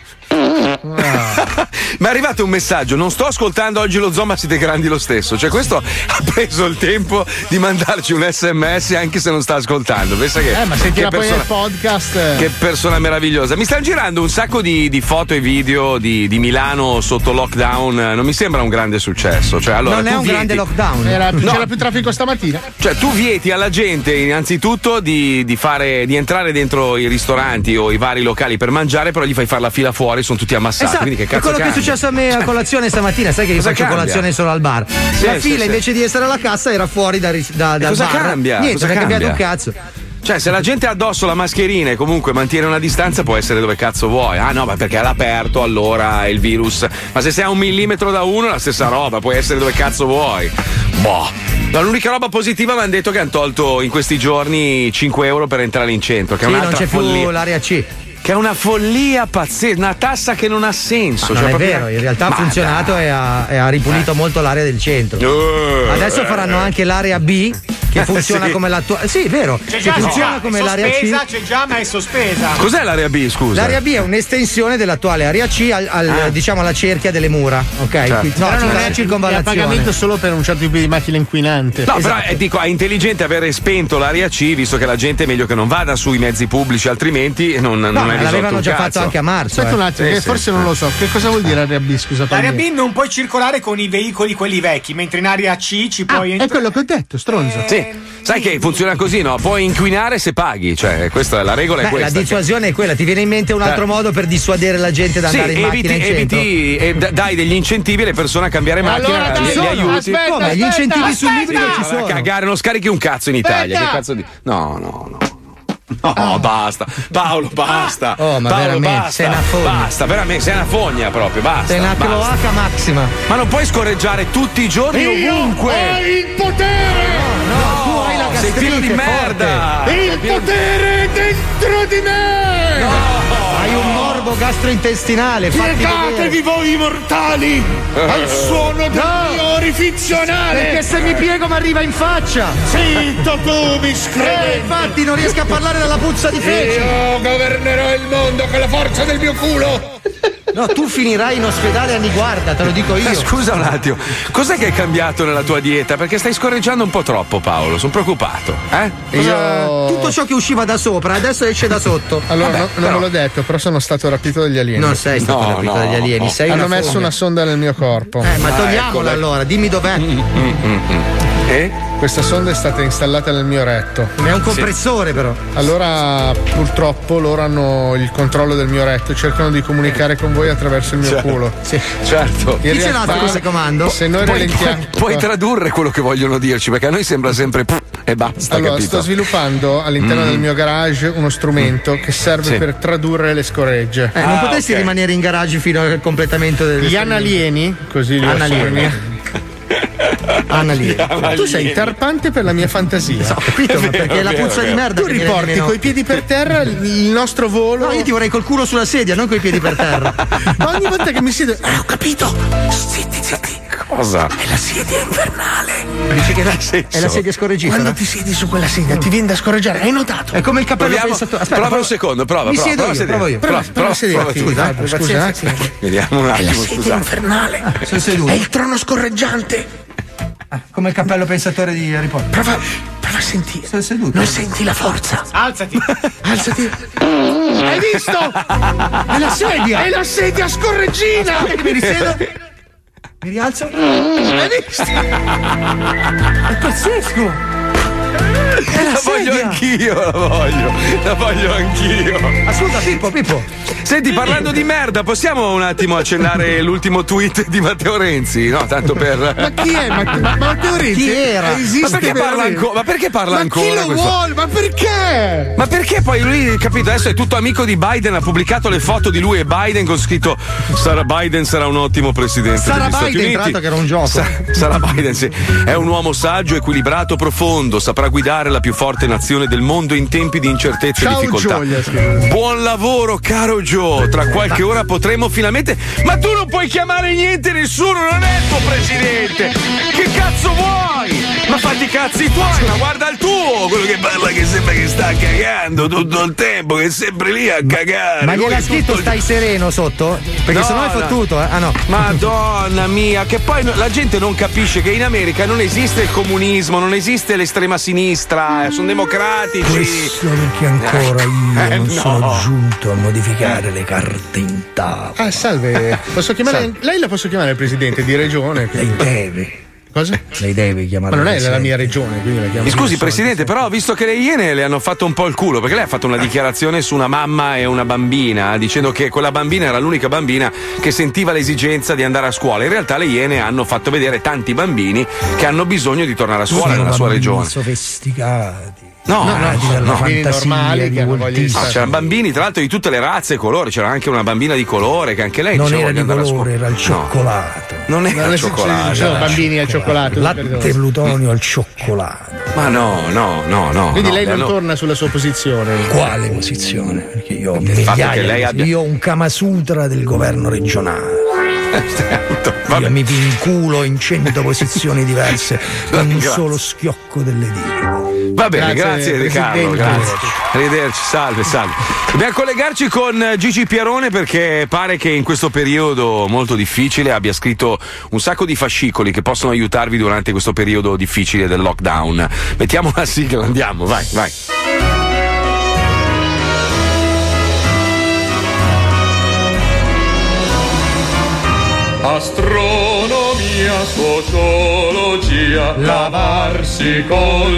Ma è arrivato un messaggio, non sto ascoltando oggi lo zoo, ma siete grandi lo stesso. Cioè, questo ha preso il tempo di mandarci un sms anche se non sta ascoltando. Pensa che, Eh, ma sentirà che poi persona, nel podcast. che persona meravigliosa. Mi stanno girando un sacco di, di foto e video di, di Milano sotto lockdown. Non mi sembra un grande successo. Cioè, allora, non è tu un vieti- grande lockdown. Era, No. C'era più traffico stamattina. Cioè, tu vieti alla gente innanzitutto di, di fare di entrare dentro i ristoranti o i vari locali per mangiare, però gli fai fare la fila fuori, sono tutti ammassati. Esatto, Quindi che è cazzo quello che è cambia? successo a me a colazione stamattina. Sai che io Cosa faccio cambia? colazione solo al bar. Sì, la sì, fila sì. invece di essere alla cassa era fuori da, ris- da, dal cosa bar. cambia? Niente, Cosa non è cambiato un cambia? cazzo. Cioè, se la gente ha addosso la mascherina e comunque mantiene una distanza, può essere dove cazzo vuoi. Ah no, ma perché è all'aperto, allora è il virus. Ma se sei a un millimetro da uno, è la stessa roba, puoi essere dove cazzo vuoi. Boh. Ma l'unica roba positiva mi hanno detto che hanno tolto in questi giorni cinque euro per entrare in centro, che Sì, è non un'altra c'è follia. più l'area C. Che è una follia pazzesca, una tassa che non ha senso. Ma cioè, non è proprio- vero, in realtà ha Ma funzionato e ha, e ha ripulito molto l'area del centro. Eh, Adesso faranno anche l'area B che funziona Sì. come l'attuale. Sì, è vero. C'è che già, c'è funziona già, come è l'area sospesa, C. c'è già, ma è sospesa. Cos'è l'area B, scusa? L'area B è un'estensione dell'attuale area C al, al, Ah. diciamo alla cerchia delle mura. Ok? Certo. Quindi- no, Però non non è è a circonvallazione. pagamento solo per un certo tipo di macchina inquinante. No, però Esatto. eh, dico, è intelligente avere spento l'area C, visto che la gente è meglio che non vada sui mezzi pubblici, altrimenti non, non No, è ma risolto l'avevano un già cazzo. fatto anche a marzo. Aspetta eh. un attimo, Sì, che sì. forse non lo so. Che cosa vuol dire area B? Scusa, L'area Palmieri? B non puoi circolare con i veicoli quelli vecchi, mentre in area C ci Ah, puoi è entrare. quello che ho detto, stronzo. Sì, sai che funziona così, no? Puoi inquinare se paghi, cioè questa è la regola è Beh, la questa. dissuasione è quella, ti viene in mente un altro Eh. modo per dissuadere la gente da Sì, andare in eviti, macchina in centro? eviti e d- dai degli incentivi alle persone a cambiare macchina, Allora, li, ci li sono, aiuti. aspetta, Come? Gli aspetta, incentivi sul aspetta. librido ci Ma sono. a cagare, non scarichi un cazzo in Italia. Aspetta. Che cazzo di. No, no, no. No, basta. Paolo, basta. Oh, ma Paolo, veramente, basta. sei una fogna. Basta, veramente, sei una fogna proprio, basta. Sei una basta. cloaca maxima. Ma non puoi scorreggiare tutti i giorni Io ovunque. ho il potere! No, tu hai la Sei gastrite figlio di forte. merda. Il potere dentro di me! Hai un morbo gastrointestinale. fatti Piegatevi vedere. voi mortali al suono del mio orifizio anale! Perché se mi piego mi arriva in faccia. Zitto tu, mi Eh, scredi! infatti non riesco a parlare dalla puzza di feci. Io governerò il mondo con la forza del mio culo! No, tu finirai in ospedale a Niguarda, te lo dico io. Eh, Scusa un attimo, cos'è che è cambiato nella tua dieta? Perché stai scorreggiando un po' troppo, Paolo. Sono preoccupato. Eh? Cosa- Tutto ciò che usciva da sopra adesso esce da sotto. Allora, Vabbè, no- non però- me l'ho detto, però sono stato rapito dagli alieni. Non sei stato No, rapito no. dagli alieni, sei Hanno una messo fogna. una sonda nel mio corpo. Eh, ma Ah, togliamola ecco, dai. allora, dimmi dov'è. Eh? Questa sonda è stata installata nel mio retto. È un compressore però. Allora, purtroppo, loro hanno il controllo del mio retto e cercano di comunicare con voi attraverso il mio Certo. culo. Sì. Certo. In Chi ce l'ha realtà, questo comando? Se noi Puoi, rallentiamo. puoi- puoi tradurre quello che vogliono dirci, perché a noi sembra sempre pff, e basta, Allora, capito? sto sviluppando all'interno Mm. del mio garage uno strumento che serve Sì. per tradurre le scoregge. Eh, non Ah, potresti ok. rimanere in garage fino al completamento del Gli analieni, così li ho Analieni. chiamati. Analieni. Tu sei interpante per la mia fantasia. Ho capito, ma perché è la vero, puzza è di vero. merda Tu che mi viene riporti meno. coi piedi per terra il nostro volo. No, io ti vorrei col culo sulla sedia, non coi piedi per terra. Ma ogni volta che mi siedo. Ah, ho capito! Zitti, zitti. Cosa? È la sedia infernale. Dici che è la, senso? è la sedia scorreggifera. Quando ti siedi su quella sedia ti viene da scorreggiare, hai notato? È come il cappello Proviamo, pensatore. prova un secondo, prova, Mi prova, siedo prova io, a sedere. provo io. Prova, prova a prova sederti, tu, Fabio, pazienza, scusa. pazienza. Vediamo un È la attimo, sedia scusa. infernale. Sono seduto. È il trono scorreggiante. Come il cappello pensatore di Harry Potter. Prova, prova a senti. Sono seduto. Non senti la forza. Alzati. Alzati. Hai visto? È la sedia. È la sedia scorreggina. Aspetta che mi risiedo. Mi rialzo. Hai visto? È pazzesco. È la, la voglio sedia. anch'io, la voglio. La voglio anch'io. Ascolta, Pippo, Pippo. Senti, parlando di merda, possiamo un attimo accennare l'ultimo tweet di Matteo Renzi? No, tanto per. Ma chi è Matteo, ma Matteo Renzi? Chi era? Esiste ma perché parla ancora? Ma perché parla ma ancora? chi lo questo? vuole? Ma perché? Ma perché poi lui, capito, adesso è tutto amico di Biden, ha pubblicato le foto di lui e Biden con scritto Sarà Biden sarà un ottimo presidente Sarà degli Stati Biden, Uniti. tra l'altro, che era un gioco. Sa- sarà Biden, sì. È un uomo saggio, equilibrato, profondo, saprà guidare la più forte nazione del mondo in tempi di incertezza Ciao, e difficoltà. Joe, Buon lavoro, caro Joe. Tra qualche ora potremo finalmente. Ma tu non puoi chiamare niente nessuno, non è il tuo presidente. Che cazzo vuoi? Ma fatti i cazzi tuoi, ma guarda il tuo, quello che parla che sembra che sta cagando tutto il tempo, che è sempre lì a cagare. Ma gliel'ha Lui scritto tutto- stai sereno sotto? Perché No, sennò è no. fottuto, eh? Ah no. Madonna mia, che poi no- la gente non capisce che in America non esiste il comunismo, non esiste l'estrema sinistra, eh, sono democratici. Questo perché ancora io Eh, non no. sono giunto a modificare le carte in tavola. Ah, salve. Posso chiamare. Salve. Lei la posso chiamare il presidente di regione? Lei deve. Cosa? Lei deve chiamare. Ma non è il la presidente. mia regione, quindi la chiamo. Mi scusi Presidente, però ho visto che le Iene le hanno fatto un po' il culo, perché lei ha fatto una dichiarazione su una mamma e una bambina, dicendo che quella bambina era l'unica bambina che sentiva l'esigenza di andare a scuola. In realtà le Iene hanno fatto vedere tanti bambini che hanno bisogno di tornare a scuola Sono nella sua bambini regione. sofisticati. No, no, nati no, dalla no. Bambini fantasia normali di che hanno Walt voglia di Disney. No, c'erano bambini, tra l'altro, di tutte le razze e colori. C'era anche una bambina di colore che anche lei Non diceva era voglio di andare a colore, scuola. era il cioccolato. No, non era Non il è cioccolato. successo, sono bambini al cioccolato. Latte plutonio al cioccolato. Ma no, no, no, no. Quindi no, lei non hanno- torna sulla sua posizione. Quale posizione? Perché io ho Il fatto migliaia che lei di- abbia- io ho un Kama Sutra del governo regionale. Vabbè. Io mi vinculo in cento posizioni diverse con un Grazie. solo schiocco delle dita. Va bene, Grazie, grazie, Riccardo. Presidente. Grazie. Arrivederci, salve, salve. Dobbiamo collegarci con Gigi Pierone perché pare che in questo periodo molto difficile abbia scritto un sacco di fascicoli che possono aiutarvi durante questo periodo difficile del lockdown. Mettiamo la sigla, andiamo, vai, vai. Astronomia, sociologia, lavarsi col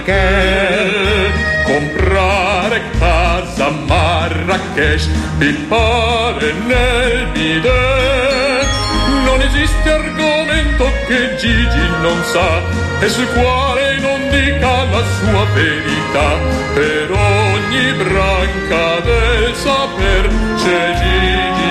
sake, comprare casa a Marrakesh, pippare nel bidet. Non esiste argomento che Gigi non sa e sul quale non dica la sua verità. Per ogni branca del saper c'è Gigi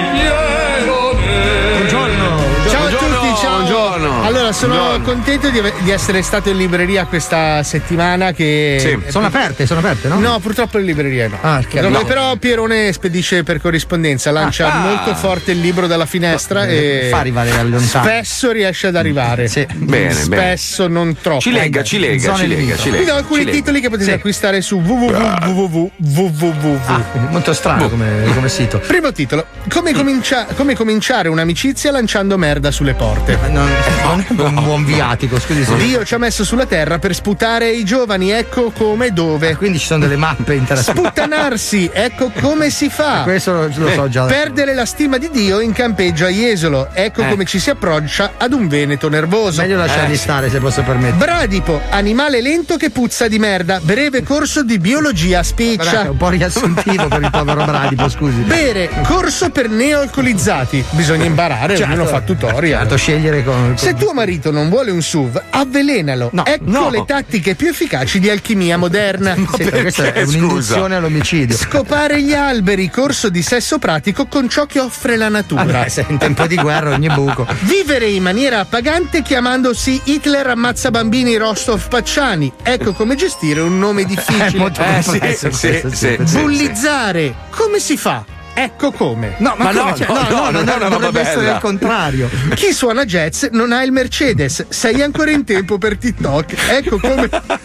Pierone. Buongiorno. Ciao a Buongiorno, tutti, ciao. buongiorno. Allora, sono Buongiorno. contento di, ave- di essere stato in libreria questa settimana. Che Sì. Sono aperte, sono aperte, no? No, purtroppo in libreria no. Ah, che Dove no. Però Pierone spedisce per corrispondenza, lancia Ah. molto forte il libro dalla finestra e Fa arrivare da lontano. spesso riesce ad arrivare. Sì. Bene, bene. Spesso non troppo. Ci lega, ci lega, Zone ci lega, limitrofe. ci Vi lega. do alcuni ci lega. titoli che potete Sì. acquistare su www. www. Ah, molto strano come, come sito. Primo titolo: come, comincia- come cominciare un'amicizia lanciando merda sulle porte. Non, non è un buon viatico, scusi. se- Dio ci ha messo sulla terra per sputare i giovani, ecco come dove. Quindi ci sono delle mappe interessanti. Sputtanarsi, ecco come si fa. Questo lo, lo so già. Perdere la stima di Dio in campeggio a Jesolo, ecco Eh. come ci si approccia ad un veneto nervoso. Meglio lasciarli Eh. stare se posso permettere. Bradipo, animale lento che puzza di merda, breve corso di biologia Guarda, è spiccia. un po' riassuntivo per il povero Bradipo, scusi. Bere, corso per neoalcolizzati, bisogna imparare, Certo. ognuno fa tutorial. Certo, scegliere con. Se tuo marito non vuole un S U V, avvelenalo. No, ecco no. le tattiche più efficaci di alchimia moderna. Sì, perché questa è scusa? un'induzione all'omicidio. Scopare gli alberi, corso di sesso pratico con ciò che offre la natura. Vabbè, se in tempo di guerra ogni buco. Vivere in maniera appagante chiamandosi Hitler ammazza bambini Rostov Pacciani. Ecco come gestire un nome È difficile. molto Eh, sì, complesso sì, questo, sì, sì. sì. Bullizzare. Come si fa? Ecco come. No, ma, Ma come? no, Cioè, no, no, non è una roba dovrebbe essere bella. al contrario. Chi suona jazz non ha il Mercedes. Sei ancora in tempo per TikTok. Ecco come.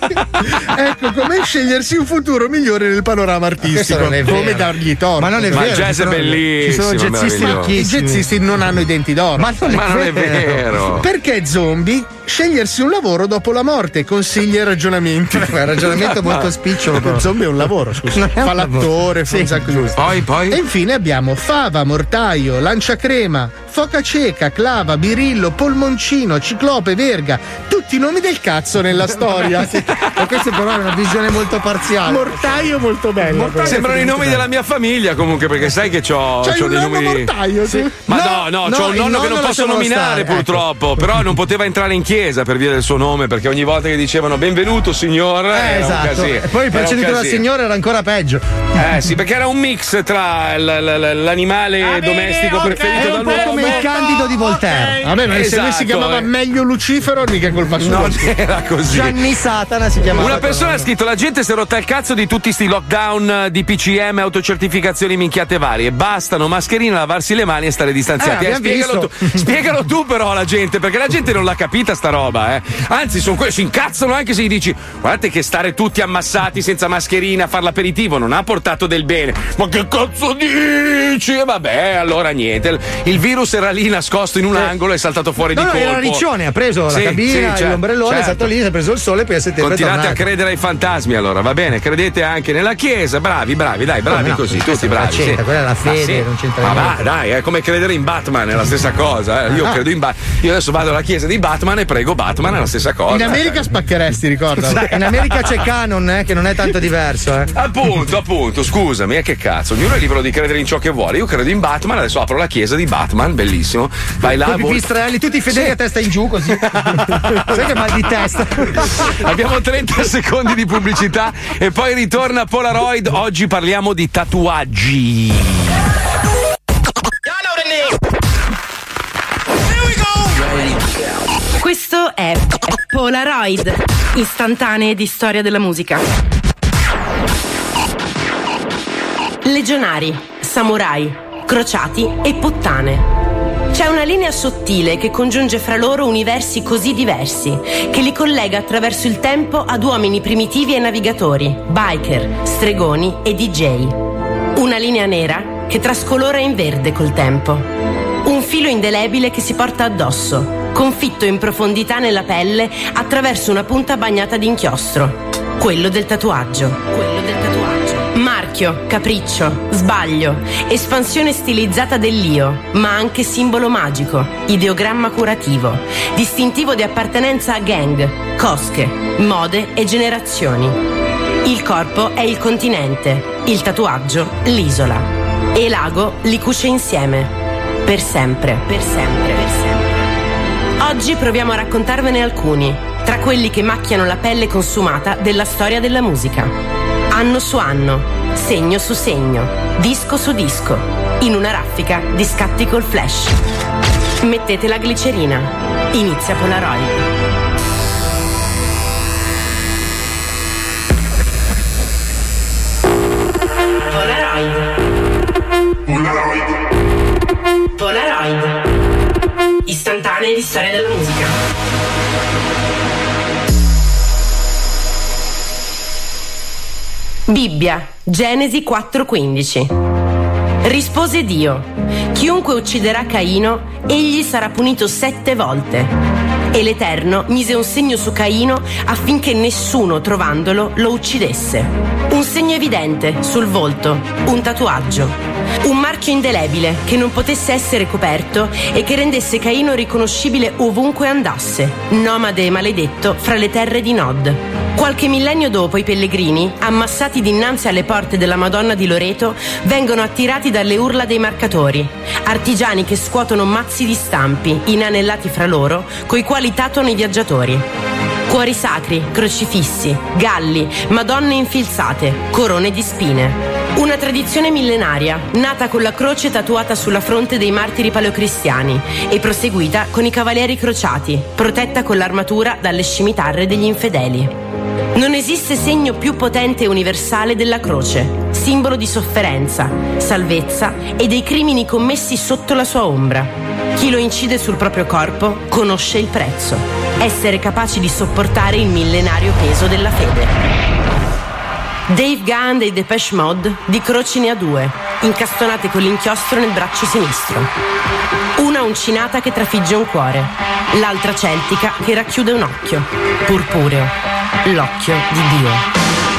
Ecco, come scegliersi un futuro migliore nel panorama artistico. non è Come vero. dargli torto. Ma non è Ma vero. il jazz ci è sono- bellissimo, Ci sono jazzisti meraviglioso. I ricchissimi. jazzisti non hanno i denti d'oro. Ma non è Ma non è vero. Perché zombie? Scegliersi un lavoro dopo la morte, consigli e ragionamenti. È un ragionamento molto spicciolo. però. Zombie è un lavoro, scusa. Non è un Fa lavoro. l'attore, fa Sì. un sacco di Poi, poi. E infine abbiamo fava, mortaio, lanciacrema, foca cieca, clava, birillo, polmoncino, ciclope, verga. Tutti i nomi del cazzo nella storia. Ma questa però è una visione molto parziale. Mortaio molto bello. Sembrano i nomi della mia famiglia comunque, perché sai che c'ho, C'hai c'ho un dei nonno nomi. mortaio, tu? Ma no, no, no, c'ho un il nonno che non nonno posso lasciamolo nominare stare, purtroppo, però non poteva entrare in chiesa per via del suo nome, perché ogni volta che dicevano benvenuto signor, Eh, era un esatto. casino. E poi il Era un procedimento della casino. signora era ancora peggio. Eh sì, perché era un mix tra l- l- l'animale domestico ok, preferito era un po' dall'uomo. come il Candido di Voltaire. Vabbè, ma se lui Esatto, si chiamava eh. meglio Lucifero, mica è colpa sua. Non era così. Gianni Satana si chiamava. Una persona ha scritto: la gente si è rotta il cazzo di tutti sti lockdown di P C M, autocertificazioni, minchiate varie. Bastano mascherine, lavarsi le mani e stare distanziati. Eh, Eh, abbiamo spiegalo, tu, visto. spiegalo tu, però, alla gente, perché la gente non l'ha capita sta roba, eh. Anzi, sono que- si incazzano anche se gli dici: guardate che stare tutti ammassati senza mascherina a fare l'aperitivo non ha portato del bene. Ma che cazzo dici? E vabbè, allora niente. Il virus era lì nascosto in un angolo e è saltato fuori No, di no, colpo. era Riccione, ha preso Sì, la cabina, sì, certo, l'ombrellone, è certo. stato lì, si è preso il sole e poi a settembre è Continuate a tornato. credere ai fantasmi, allora, va bene? Credete anche nella chiesa, bravi, bravi, dai, bravi no, così, questa tutti non bravi. c'entra, sì. quella è la Ma fede, sì. non c'entra Ma va, niente. dai, è come credere in Batman, è la stessa cosa. eh. Io Ah. credo in Batman. Io adesso vado alla chiesa di Batman e prego Batman, è la stessa cosa. In America spaccheresti, ricorda. Dai, in America c'è Canon, eh, che non è tanto diverso, eh. Appunto, appunto, scusami, e che cazzo? Ognuno è libero di credere in ciò che vuole. Io credo in Batman, adesso apro la chiesa di Batman, bellissimo. Vai là. Con i vol- pipistrelli, tutti fedeli Sì. a testa in giù così. Sai che mal di testa. Abbiamo trenta secondi di pubblicità e poi ritorna Polaroid. Oggi parliamo di tatuaggi. Questo è Polaroid, istantanee di storia della musica. Legionari, samurai, crociati e puttane. C'è una linea sottile che congiunge fra loro universi così diversi, che li collega attraverso il tempo ad uomini primitivi e navigatori, biker, stregoni e D J. Una linea nera che trascolora in verde col tempo. Un filo indelebile che si porta addosso, confitto in profondità nella pelle attraverso una punta bagnata di inchiostro. Quello del tatuaggio. Quello del tatuaggio. Marchio, capriccio, sbaglio, espansione stilizzata dell'io, ma anche simbolo magico, ideogramma curativo, distintivo di appartenenza a gang, cosche, mode e generazioni. Il corpo è il continente, il tatuaggio l'isola. E l'ago li cuce insieme. Per sempre, per sempre, per sempre. Oggi proviamo a raccontarvene alcuni, tra quelli che macchiano la pelle consumata della storia della musica. Anno su anno, segno su segno, disco su disco, in una raffica di scatti col flash. Mettete la glicerina. Inizia Polaroid. Polaroid. Polaroid. Polaroid. Istantanee di storia della musica. Bibbia, Genesi quattro quindici. Rispose Dio: chiunque ucciderà Caino, egli sarà punito sette volte. E l'Eterno mise un segno su Caino affinché nessuno, trovandolo, lo uccidesse. Un segno evidente sul volto, un tatuaggio. Un marchio indelebile che non potesse essere coperto e che rendesse Caino riconoscibile ovunque andasse, nomade e maledetto fra le terre di Nod. Qualche millennio dopo i pellegrini, ammassati dinanzi alle porte della Madonna di Loreto, vengono attirati dalle urla dei marcatori, artigiani che scuotono mazzi di stampi, inanellati fra loro, coi quali tatuano i viaggiatori. Cuori sacri, crocifissi, galli, madonne infilzate, corone di spine. Una tradizione millenaria, nata con la croce tatuata sulla fronte dei martiri paleocristiani e proseguita con i cavalieri crociati, protetta con l'armatura dalle scimitarre degli infedeli. Non esiste segno più potente e universale della croce, simbolo di sofferenza, salvezza e dei crimini commessi sotto la sua ombra. Chi lo incide sul proprio corpo conosce il prezzo. essere capaci di sopportare il millenario peso della fede. Dave Gahan dei Depeche Mode di croci ne ha due, incastonate con l'inchiostro nel braccio sinistro. Una uncinata che trafigge un cuore, l'altra celtica che racchiude un occhio, purpureo, l'occhio di Dio.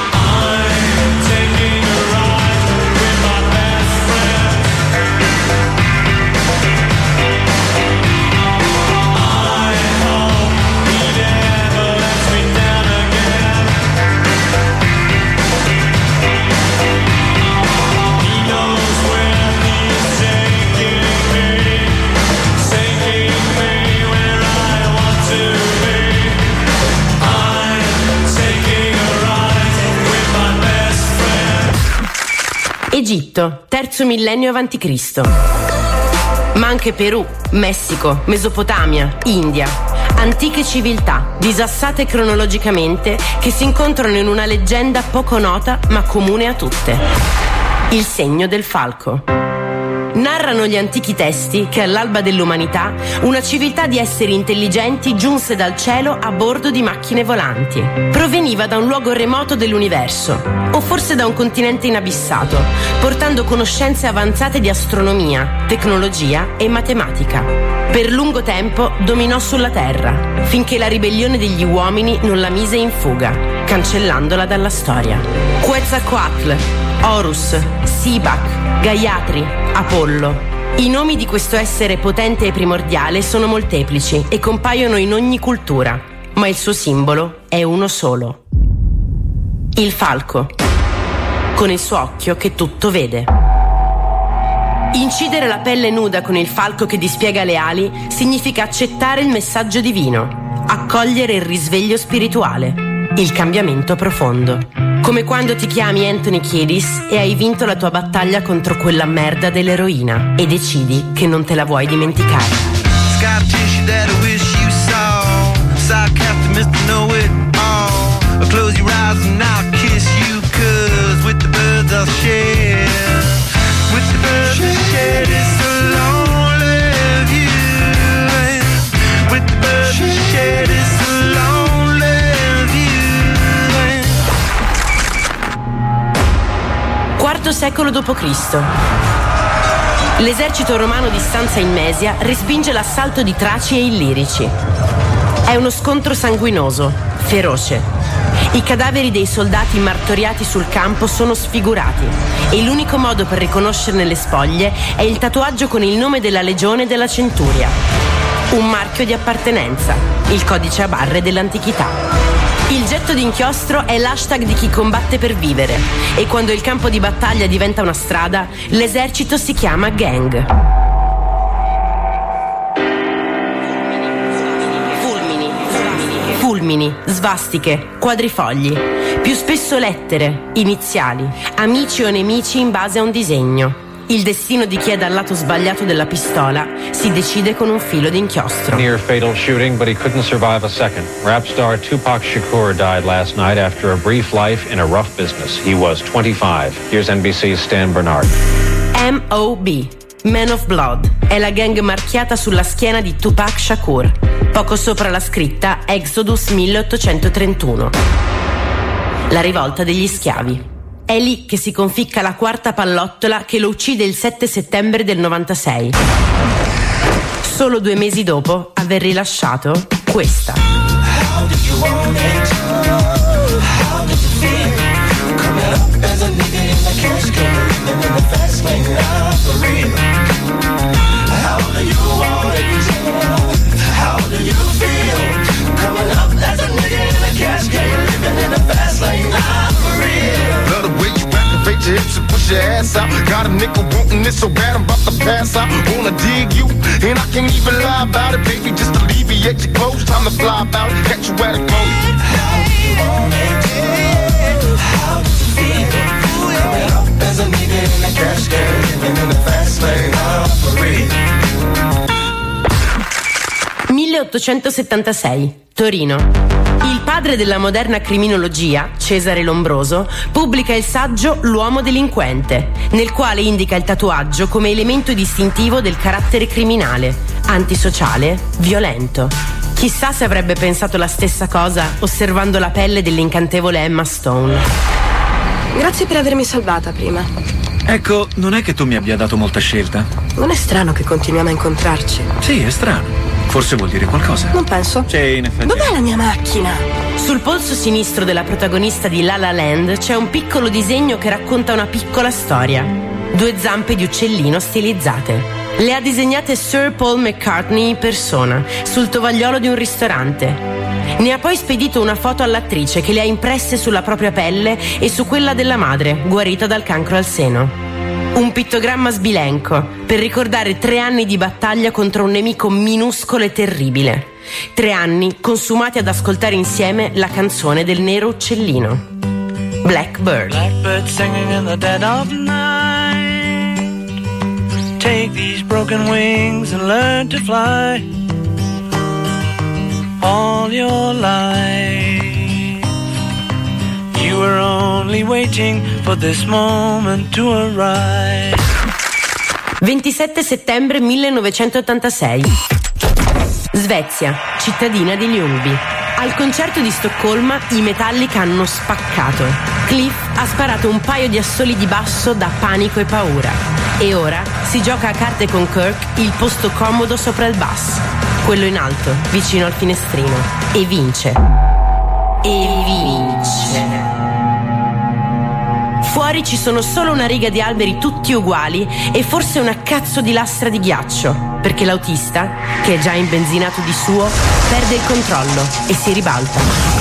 Egitto, terzo millennio avanti Cristo. Ma anche Perù, Messico, Mesopotamia, India. Antiche civiltà, disassate cronologicamente, che si incontrano in una leggenda poco nota ma comune a tutte. Il segno del falco. Narrano gli antichi testi che all'alba dell'umanità una civiltà di esseri intelligenti giunse dal cielo a bordo di macchine volanti. Proveniva da un luogo remoto dell'universo, o forse da un continente inabissato, portando conoscenze avanzate di astronomia, tecnologia e matematica. Per lungo tempo dominò sulla Terra, finché la ribellione degli uomini non la mise in fuga, cancellandola dalla storia. Quetzalcoatl, Horus, Sibak, Gayatri, Apollo. I nomi di questo essere potente e primordiale sono molteplici e compaiono in ogni cultura, ma il suo simbolo è uno solo. Il falco, con il suo occhio che tutto vede. Incidere la pelle nuda con il falco che dispiega le ali significa accettare il messaggio divino, accogliere il risveglio spirituale, il cambiamento profondo. Come quando ti chiami Anthony Kiedis e hai vinto la tua battaglia contro quella merda dell'eroina e decidi che non te la vuoi dimenticare. Scar tissue that I wish you saw. Sarcastic to know it all. Close your eyes and I'll kiss you, cause with the birds I'll share. With the birds I'll share this lonely view. With the birds I'll share this lonely view. quarto secolo dopo Cristo. L'esercito romano di stanza in Mesia respinge l'assalto di Traci e Illirici. È uno scontro sanguinoso, feroce. I cadaveri dei soldati martoriati sul campo sono sfigurati e l'unico modo per riconoscerne le spoglie è il tatuaggio con il nome della legione e della centuria. Un marchio di appartenenza, il codice a barre dell'antichità. Il getto d'inchiostro è l'hashtag di chi combatte per vivere e quando il campo di battaglia diventa una strada, l'esercito si chiama gang. Fulmini, fulmini, svastiche, quadrifogli, più spesso lettere, iniziali, amici o nemici in base a un disegno. Il destino di chi è dal lato sbagliato della pistola si decide con un filo d'inchiostro. Near fatal shooting, but he couldn't survive a second. Rap star Tupac Shakur died last night after a brief life in a rough business. He was twenty-five. Here's N B C's Stan Bernard. M O B, Man of Blood, è la gang marchiata sulla schiena di Tupac Shakur, poco sopra la scritta Exodus milleottocentotrentuno. La rivolta degli schiavi. È lì che si conficca la quarta pallottola che lo uccide il sette settembre del novantasei. Solo due mesi dopo aver rilasciato questa. How did you want it? How did you feel? Coming up as a nigga in the cash game, living in the fast lane, now for real. How do you want it? How do you feel? Coming up as a nigga in the cash game, living in the fast lane, now for real. Love the way you rap and fake your hips and push your ass out. Got a nigga wanting it so bad I'm about to pass out. Wanna dig you, and I can't even lie about it, baby. Just alleviate your clothes, time to fly about it. Catch you at a close. How do you want it? How does it feel? Coming up as a nigga in the cash game, living in the fast lane, now for real. milleottocentosettantasei, Torino. Il padre della moderna criminologia, Cesare Lombroso, pubblica il saggio L'uomo delinquente, nel quale indica il tatuaggio come elemento distintivo del carattere criminale, antisociale, violento. Chissà se avrebbe pensato la stessa cosa osservando la pelle dell'incantevole Emma Stone. Grazie per avermi salvata prima. Ecco, non è che tu mi abbia dato molta scelta. Non è strano che continuiamo a incontrarci. Sì, è strano. Forse vuol dire qualcosa. Non penso. Sì, in effetti. Dov'è la mia macchina? Sul polso sinistro della protagonista di La La Land c'è un piccolo disegno che racconta una piccola storia. Due zampe di uccellino stilizzate. Le ha disegnate Sir Paul McCartney in persona, sul tovagliolo di un ristorante. Ne ha poi spedito una foto all'attrice che le ha impresse sulla propria pelle e su quella della madre, guarita dal cancro al seno. Un pittogramma sbilenco per ricordare tre anni di battaglia contro un nemico minuscolo e terribile. Tre anni consumati ad ascoltare insieme la canzone del nero uccellino. Blackbird. Blackbird singing in the dead of night. Take these broken wings and learn to fly. All your life you were only waiting for this moment to arrive. ventisette settembre millenovecentottantasei. Svezia, cittadina di Ljungby. Al concerto di Stoccolma i Metallica hanno spaccato. Cliff ha sparato un paio di assoli di basso da panico e paura. E ora si gioca a carte con Kirk il posto comodo sopra il bass, quello in alto, vicino al finestrino. E vince. E vince. Fuori ci sono solo una riga di alberi tutti uguali e forse una cazzo di lastra di ghiaccio, perché l'autista, che è già imbenzinato di suo, perde il controllo e si ribalta.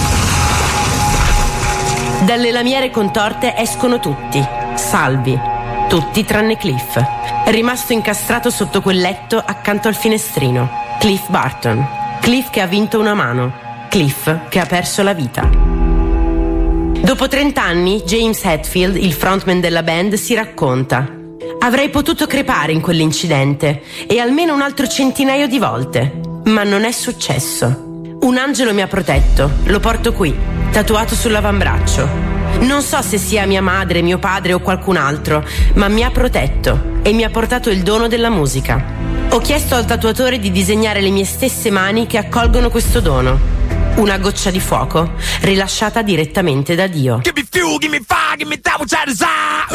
Dalle lamiere contorte escono tutti, salvi, tutti tranne Cliff, rimasto incastrato sotto quel letto accanto al finestrino. Cliff Barton, Cliff che ha vinto una mano, Cliff che ha perso la vita. Dopo trenta anni, James Hetfield, il frontman della band, si racconta: avrei potuto crepare in quell'incidente e almeno un altro centinaio di volte, ma non è successo. Un angelo mi ha protetto, lo porto qui, tatuato sull'avambraccio. Non so se sia mia madre, mio padre o qualcun altro, ma mi ha protetto e mi ha portato il dono della musica. Ho chiesto al tatuatore di disegnare le mie stesse mani che accolgono questo dono. Una goccia di fuoco rilasciata direttamente da Dio. Give me fuel, give me fire, give me that which I desire.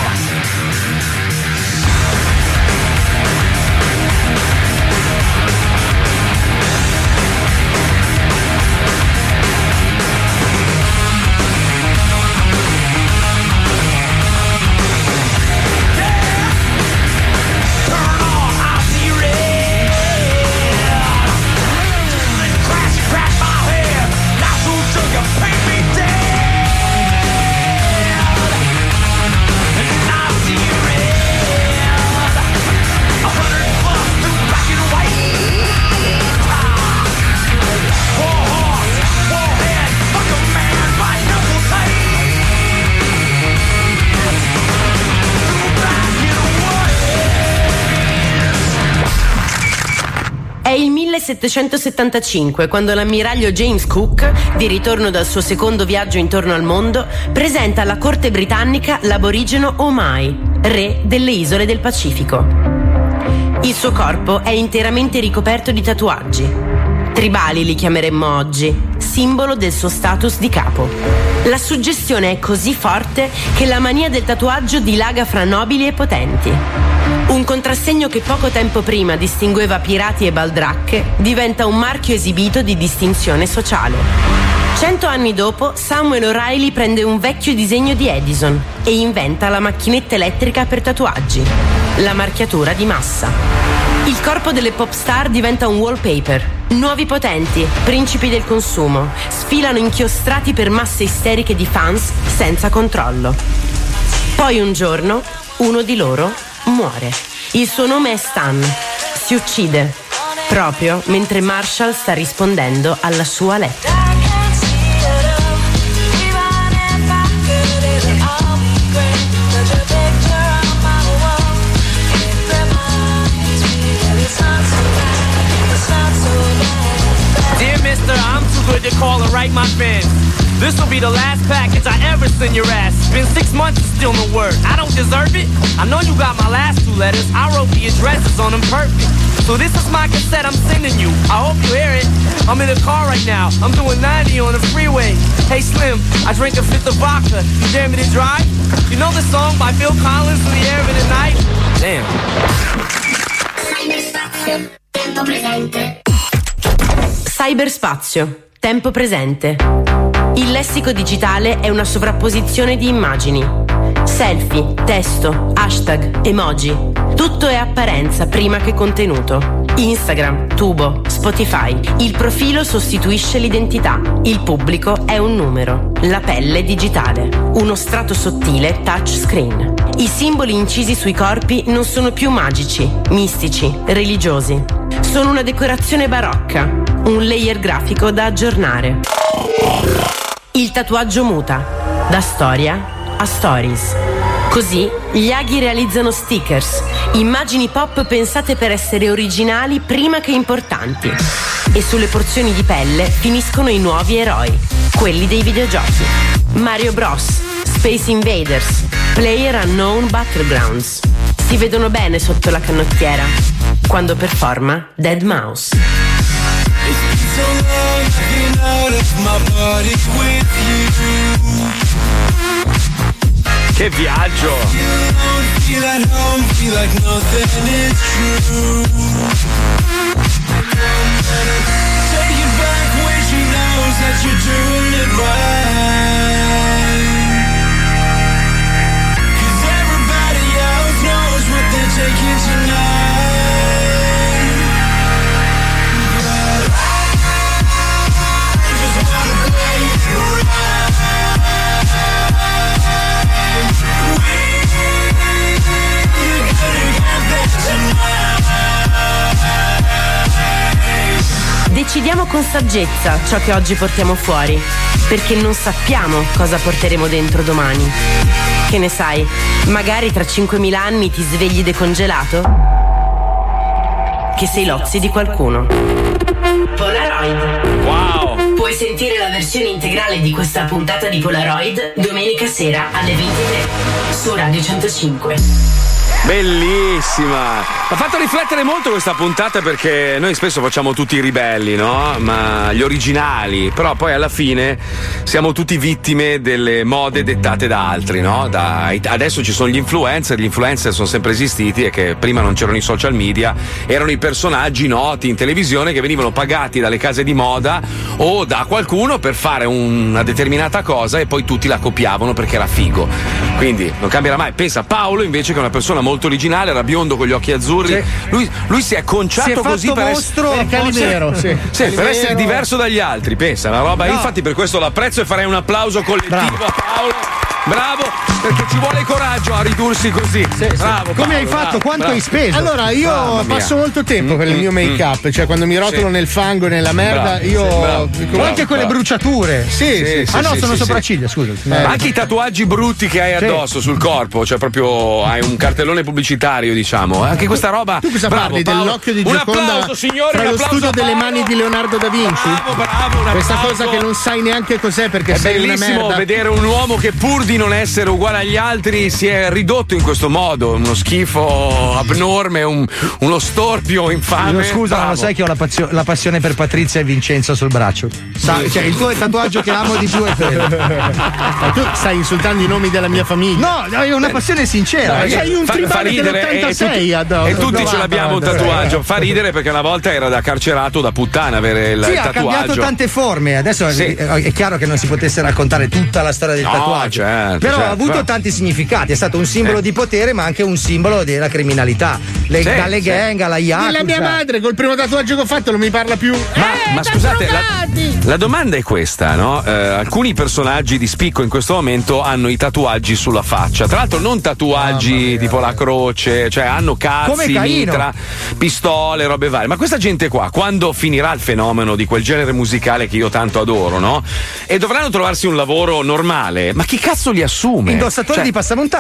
È il millesettecentosettantacinque quando l'ammiraglio James Cook, di ritorno dal suo secondo viaggio intorno al mondo, presenta alla corte britannica l'aborigeno Omai, re delle isole del Pacifico. Il suo corpo è interamente ricoperto di tatuaggi. Tribali li chiameremmo oggi, simbolo del suo status di capo. La suggestione è così forte che la mania del tatuaggio dilaga fra nobili e potenti. Un contrassegno che poco tempo prima distingueva pirati e baldracche diventa un marchio esibito di distinzione sociale. Cento anni dopo, Samuel O'Reilly prende un vecchio disegno di Edison e inventa la macchinetta elettrica per tatuaggi, la marchiatura di massa. Il corpo delle pop star diventa un wallpaper. Nuovi potenti, principi del consumo, sfilano inchiostrati per masse isteriche di fans senza controllo. Poi un giorno, uno di loro muore. Il suo nome è Stan. Si uccide proprio mentre Marshall sta rispondendo alla sua lettera. Dear mister, I'm too good to call and write my fans. This will be the last package I ever send your ass. It's been six months and still no word. I don't deserve it. I know you got my last two letters. I wrote the addresses on them perfect. So this is my cassette I'm sending you. I hope you hear it. I'm in the car right now. I'm doing ninety on the freeway. Hey Slim, I drank a fifth of vodka. You dare me to drive? You know the song by Phil Collins, In the Air of the Night? Damn. Tempo presente. Cyberspazio, tempo presente. Il lessico digitale è una sovrapposizione di immagini. Selfie, testo, hashtag, emoji. Tutto è apparenza prima che contenuto. Instagram, tubo, Spotify. Il profilo sostituisce l'identità. Il pubblico è un numero. La pelle digitale. Uno strato sottile touchscreen. I simboli incisi sui corpi non sono più magici, mistici, religiosi. Sono una decorazione barocca. Un layer grafico da aggiornare. Il tatuaggio muta. Da storia a stories. Così gli aghi realizzano stickers, immagini pop pensate per essere originali prima che importanti. E sulle porzioni di pelle finiscono i nuovi eroi, quelli dei videogiochi. Mario Bros, Space Invaders, PlayerUnknown Battlegrounds. Si vedono bene sotto la canottiera, quando performa deadmau five. Che viaggio! Decidiamo con saggezza ciò che oggi portiamo fuori, perché non sappiamo cosa porteremo dentro domani. Che ne sai, magari tra cinquemila anni ti svegli decongelato? Che sei l'ozzi di qualcuno. Polaroid. Wow! Puoi sentire la versione integrale di questa puntata di Polaroid domenica sera alle ventitré su Radio centocinque. Bellissima! Ha fatto riflettere molto questa puntata perché noi spesso facciamo tutti i ribelli, no? Ma gli originali, però poi alla fine siamo tutti vittime delle mode dettate da altri, no? Da, adesso ci sono gli influencer, gli influencer sono sempre esistiti e che prima non c'erano i social media, erano i personaggi noti in televisione che venivano pagati dalle case di moda o da qualcuno per fare una determinata cosa e poi tutti la copiavano perché era figo. Quindi non cambierà mai. Pensa a Paolo invece che è una persona molto originale, era biondo con gli occhi azzurri. Sì. Lui, lui si è conciato si è così fatto per mostro essere Calimero, sì. Sì, per essere diverso dagli altri. Pensa, una roba. No. Infatti, per questo l'apprezzo e farei un applauso collettivo Bravo. a Paolo. Bravo, perché ci vuole coraggio a ridursi così. Sì, bravo. Sì. Come Paolo, hai fatto? bravo, Quanto bravo. hai speso? Allora, io passo molto tempo per il mio make up, cioè quando mi rotolo sì. nel fango e nella merda, bravo, io. Sì, bravo. O anche quelle bruciature. Sì, sì, sì, sì. Ah, no, sì, sono sì, sopracciglia, sì. scusa. Ma anche i tatuaggi brutti che hai addosso sul corpo, cioè proprio hai un cartellone pubblicitario, diciamo. Anche questa roba. Tu cosa bravo, parli? Paolo. Dell'occhio di un Gioconda applauso, signori, tra un lo applauso studio a delle Paolo. mani di Leonardo da Vinci? Bravo, bravo, un Questa applauso. cosa che non sai neanche cos'è perché È sei una bellissimo merda. vedere un uomo che pur di non essere uguale agli altri si è ridotto in questo modo, uno schifo abnorme, un, uno storpio infame. Io, scusa, Bravo. ma lo sai che ho la, pazio- la passione per Patrizia e Vincenzo sul braccio? Sa- cioè, il tuo tatuaggio che amo di più è quello. Ma tu stai insultando i nomi della mia famiglia. No, no, è una passione sincera. No, sei un fa, tribale fa ridere dell'ottantasei e tutti, addosso. e tutti ce l'abbiamo un tatuaggio. Fa ridere perché una volta era da carcerato, da puttana avere il, Sì, il ha tatuaggio. cambiato tante forme. Adesso Sì. è, è chiaro che non si potesse raccontare tutta la storia del No, tatuaggio. certo, però certo, ha avuto però- tanti significati. È stato un simbolo Eh. di potere, ma anche un simbolo della criminalità. Le, Sì, dalle sì. gang alla Yakuza. La mia madre col primo tatuaggio che ho fatto non mi parla più. Ma, Eh, ma da scusate, la, drogati! la domanda è questa, no? Eh, alcuni personaggi di spicco in questo momento hanno i tatuaggi sulla faccia. Tra l'altro, non tatuaggi tipo la croce, cioè hanno Come cazzi, Caino. mitra, pistole, robe varie. Ma questa gente qua, quando finirà il fenomeno di quel genere musicale che io tanto adoro, no? E dovranno trovarsi un lavoro normale, ma chi cazzo li assume? Indossatore Cioè, di passamontagna.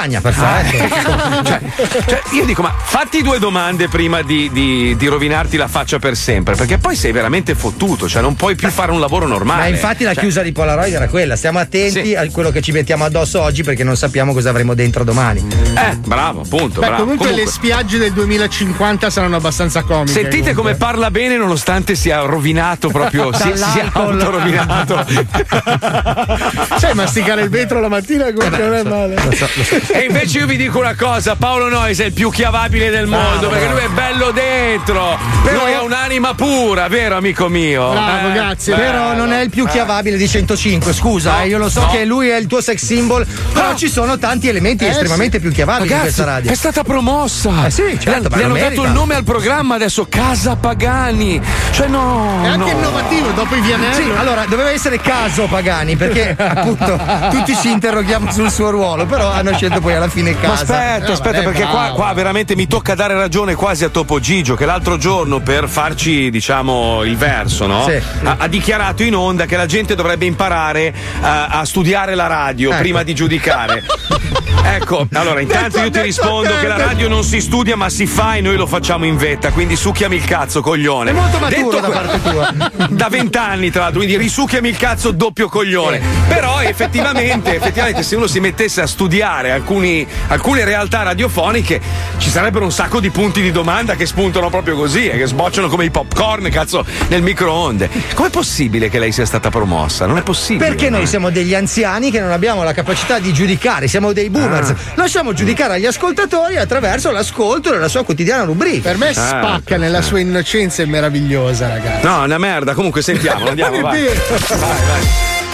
montagna, perfetto. cioè, cioè, io dico, ma fatti due domande prima di, di, di rovinarti la faccia per sempre, perché poi sei veramente fottuto, cioè non puoi più fare un lavoro normale. Ma infatti la cioè, chiusa di Polaroid era quella, stiamo attenti sì. a quello che ci mettiamo addosso oggi perché non sappiamo cosa avremo dentro domani. Eh, bravo, appunto. Beh, bravo. Comunque, comunque le spiagge del duemilacinquanta saranno abbastanza comiche. Sentite comunque. come parla bene nonostante sia rovinato proprio, si, sia autorovinato. Sai, masticare il vetro la mattina comunque eh beh, non è male. Lo so, lo so. E invece io vi dico una cosa, Paolo Noyes è il più chiavabile del mondo, bravo, perché lui è bello dentro, però lui ha un'anima pura, vero amico mio? Bravo, eh, grazie. bello, Però non è il più chiavabile di centocinque, scusa, no, eh, io lo so no. che lui è il tuo sex symbol, però no. ci sono tanti elementi eh, estremamente sì. più chiavabili Ragazzi, in questa radio. è stata promossa. Eh sì, certo, le hanno dato merita. il nome al programma adesso, Casa Pagani. Cioè no. È anche no. innovativo, dopo i Vianello. Sì, allora doveva essere Caso Pagani, perché appunto tutti ci interroghiamo sul suo ruolo, però hanno scelto poi alla fine Casa. Ma aspetta, Eh, aspetta, vabbè, perché qua, bravo. qua veramente mi tocca dare ragione quasi a Topo Gigio, che l'altro giorno, per farci, diciamo, il verso, no? Sì. Ha, ha dichiarato in onda che la gente dovrebbe imparare a, a studiare la radio Ecco. prima di giudicare. Ecco, allora intanto io ti rispondo che la radio non si studia ma si fa e noi lo facciamo in vetta, quindi succhiami il cazzo, coglione. È molto maturo Detto da que- parte tua. Da vent'anni tra l'altro, quindi risucchiami il cazzo doppio coglione. Però effettivamente, effettivamente se uno si mettesse a studiare alcuni, alcune realtà radiofoniche ci sarebbero un sacco di punti di domanda che spuntano proprio così e che sbocciano come i popcorn, cazzo, nel microonde. Com'è possibile che lei sia stata promossa? Non è possibile. Perché noi siamo degli anziani che non abbiamo la capacità di giudicare, siamo dei boomers. Ah. Lasciamo giudicare agli ascoltatori attraverso l'ascolto della sua quotidiana rubrica. Per me spacca nella sua innocenza, è meravigliosa, ragazzi. No, è una merda. Comunque sentiamo, andiamo, vai. vero. Vai, vai.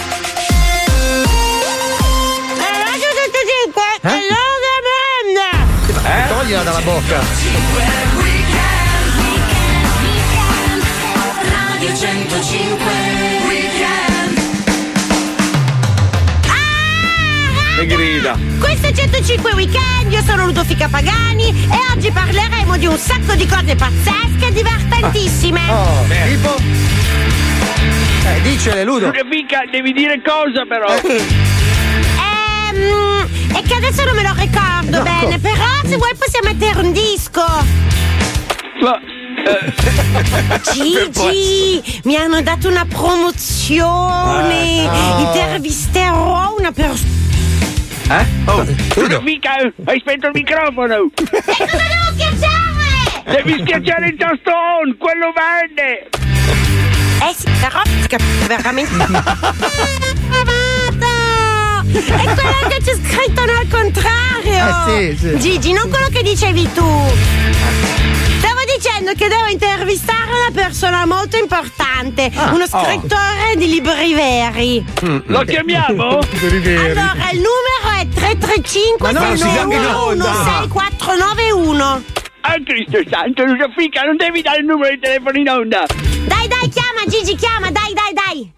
Eh? Eh? Toglila dalla bocca. Radio centocinque Weekend. Che grida. Questo è centocinque Weekend, io sono Ludovica Pagani e oggi parleremo di un sacco di cose pazzesche e divertentissime. Oh, tipo? Eh, dicele, Ludo. Ludovica, devi dire cosa però? Ehm, è che adesso non me lo ricordo No. bene, però se vuoi possiamo mettere un disco. Ma, eh, Gigi, mi hanno dato una promozione. Ah, no. Intervisterò una persona. Eh? Oh, Ludovica, hai spento il microfono! E cosa devo schiacciare? Devi schiacciare il tasto on, quello verde! Eh sì, però capisco veramente. È quello che c'è scritto al contrario. Eh, sì, sì. Gigi, non quello che dicevi tu. Stavo dicendo che devo intervistare una persona molto importante, Ah, uno oh. scrittore di libri veri. Lo chiamiamo? Allora, il numero è tre tre cinque Ma no, si chiama in uno onda. sei quattro nove uno. Ah, Cristo santo, Ludovica, non devi dare il numero di telefono in onda! Dai, dai, chiama Gigi, chiama, dai, dai, dai.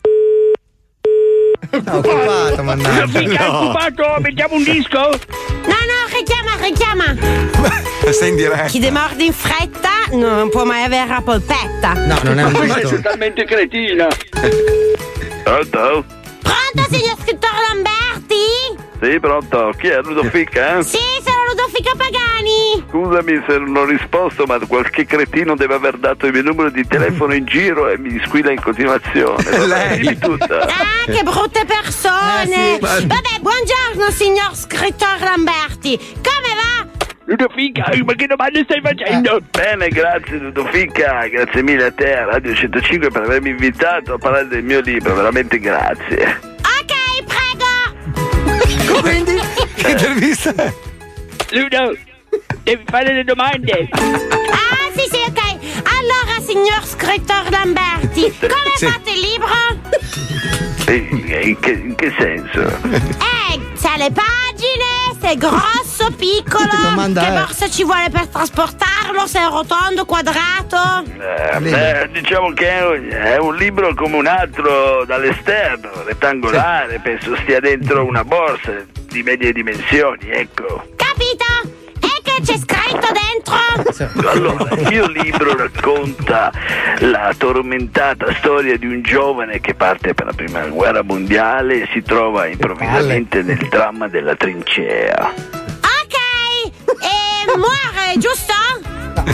Ho occupato, mannaggia. Ludovica, No. occupato, mettiamo un disco? No, no, richiama, richiama. Stai in diretta. Chi demorde in fretta non può mai avere la polpetta. No, non è un Ma sei giusto. totalmente cretina! Pronto? Pronto, signor scrittore Lamberti? Sì, pronto. Chi è Ludovica? Eh? Sì, sono Ludovica Pagani. Scusami se non ho risposto, ma qualche cretino deve aver dato il mio numero di telefono in giro e mi squilla in continuazione. Vabbè, Lei? dimmi tutta. Ah, che brutte persone. Eh, sì. Vabbè, buongiorno, signor scrittore Lamberti. Come va? Ludovica, ma che domande stai facendo? Bene, grazie Ludovica, grazie mille a te a Radio centocinque per avermi invitato a parlare del mio libro, veramente grazie. Ok, prego. Quindi? Che intervista è? Ludo, devi fare le domande! Ah, sì, sì, ok. Allora, signor scrittore Lamberti, come Sì. fate il libro? E- In che, in che senso? Eh, se ha le pagine, se è grosso, piccolo, domanda che è? borsa ci vuole per trasportarlo, se è rotondo, quadrato. Eh, beh, diciamo che è un, è un libro come un altro dall'esterno, rettangolare, penso stia dentro una borsa di medie dimensioni, ecco. Capito? E che c'è scritto dentro? Allora, il mio libro racconta la tormentata storia di un giovane che parte per la prima guerra mondiale e si trova improvvisamente nel dramma della trincea.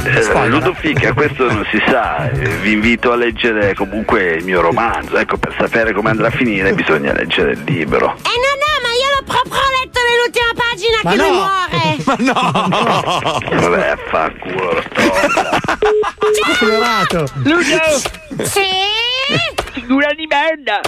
Eh, Ludovica, questo non si sa, eh, vi invito a leggere comunque il mio romanzo, ecco, per sapere come andrà a finire bisogna leggere il libro. Eh no no, ma io l'ho proprio letto nell'ultima pagina Ma che no. lui muore. Ma no! Vabbè, fa culo lo sto. Colorato. Ludo! Sì? Figura di merda!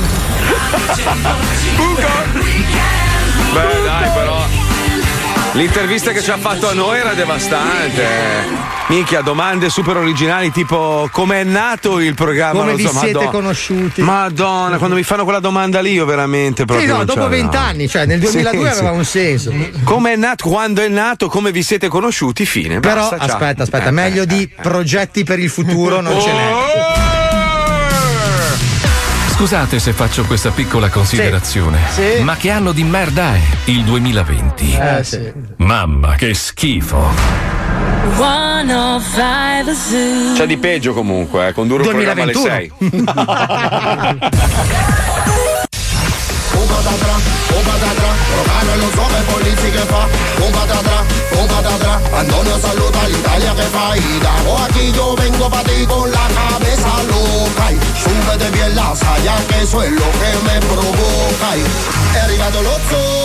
Beh, dai, però. L'intervista che ci ha fatto a noi era devastante. Minchia, domande super originali tipo come è nato il programma? Come non vi so, siete Madonna. conosciuti? Madonna, quando mi fanno quella domanda lì io veramente proprio. Sì, no, non dopo ce la- vent'anni, cioè nel duemiladue Sì, aveva sì. un senso. Come è nato, quando è nato, come vi siete conosciuti, fine. Però basta, ciao. aspetta, aspetta, Eh, meglio eh, di eh. progetti per il futuro non ce n'è. Scusate se faccio questa piccola considerazione, Sì. Sì. ma che anno di merda è il duemilaventi? Eh sì. Mamma, che schifo. C'è di peggio comunque, eh, condurre un programma alle sei. Un patatra, un patatra, Rocano lo so che polizi che fa. Un patatra, un patatra, Antonio saluta l'Italia che fa. Y damos aquí yo vengo pa' ti con la cabeza loca. Y súbete bien la saya que eso es lo que me provoca. Y è arrivato lo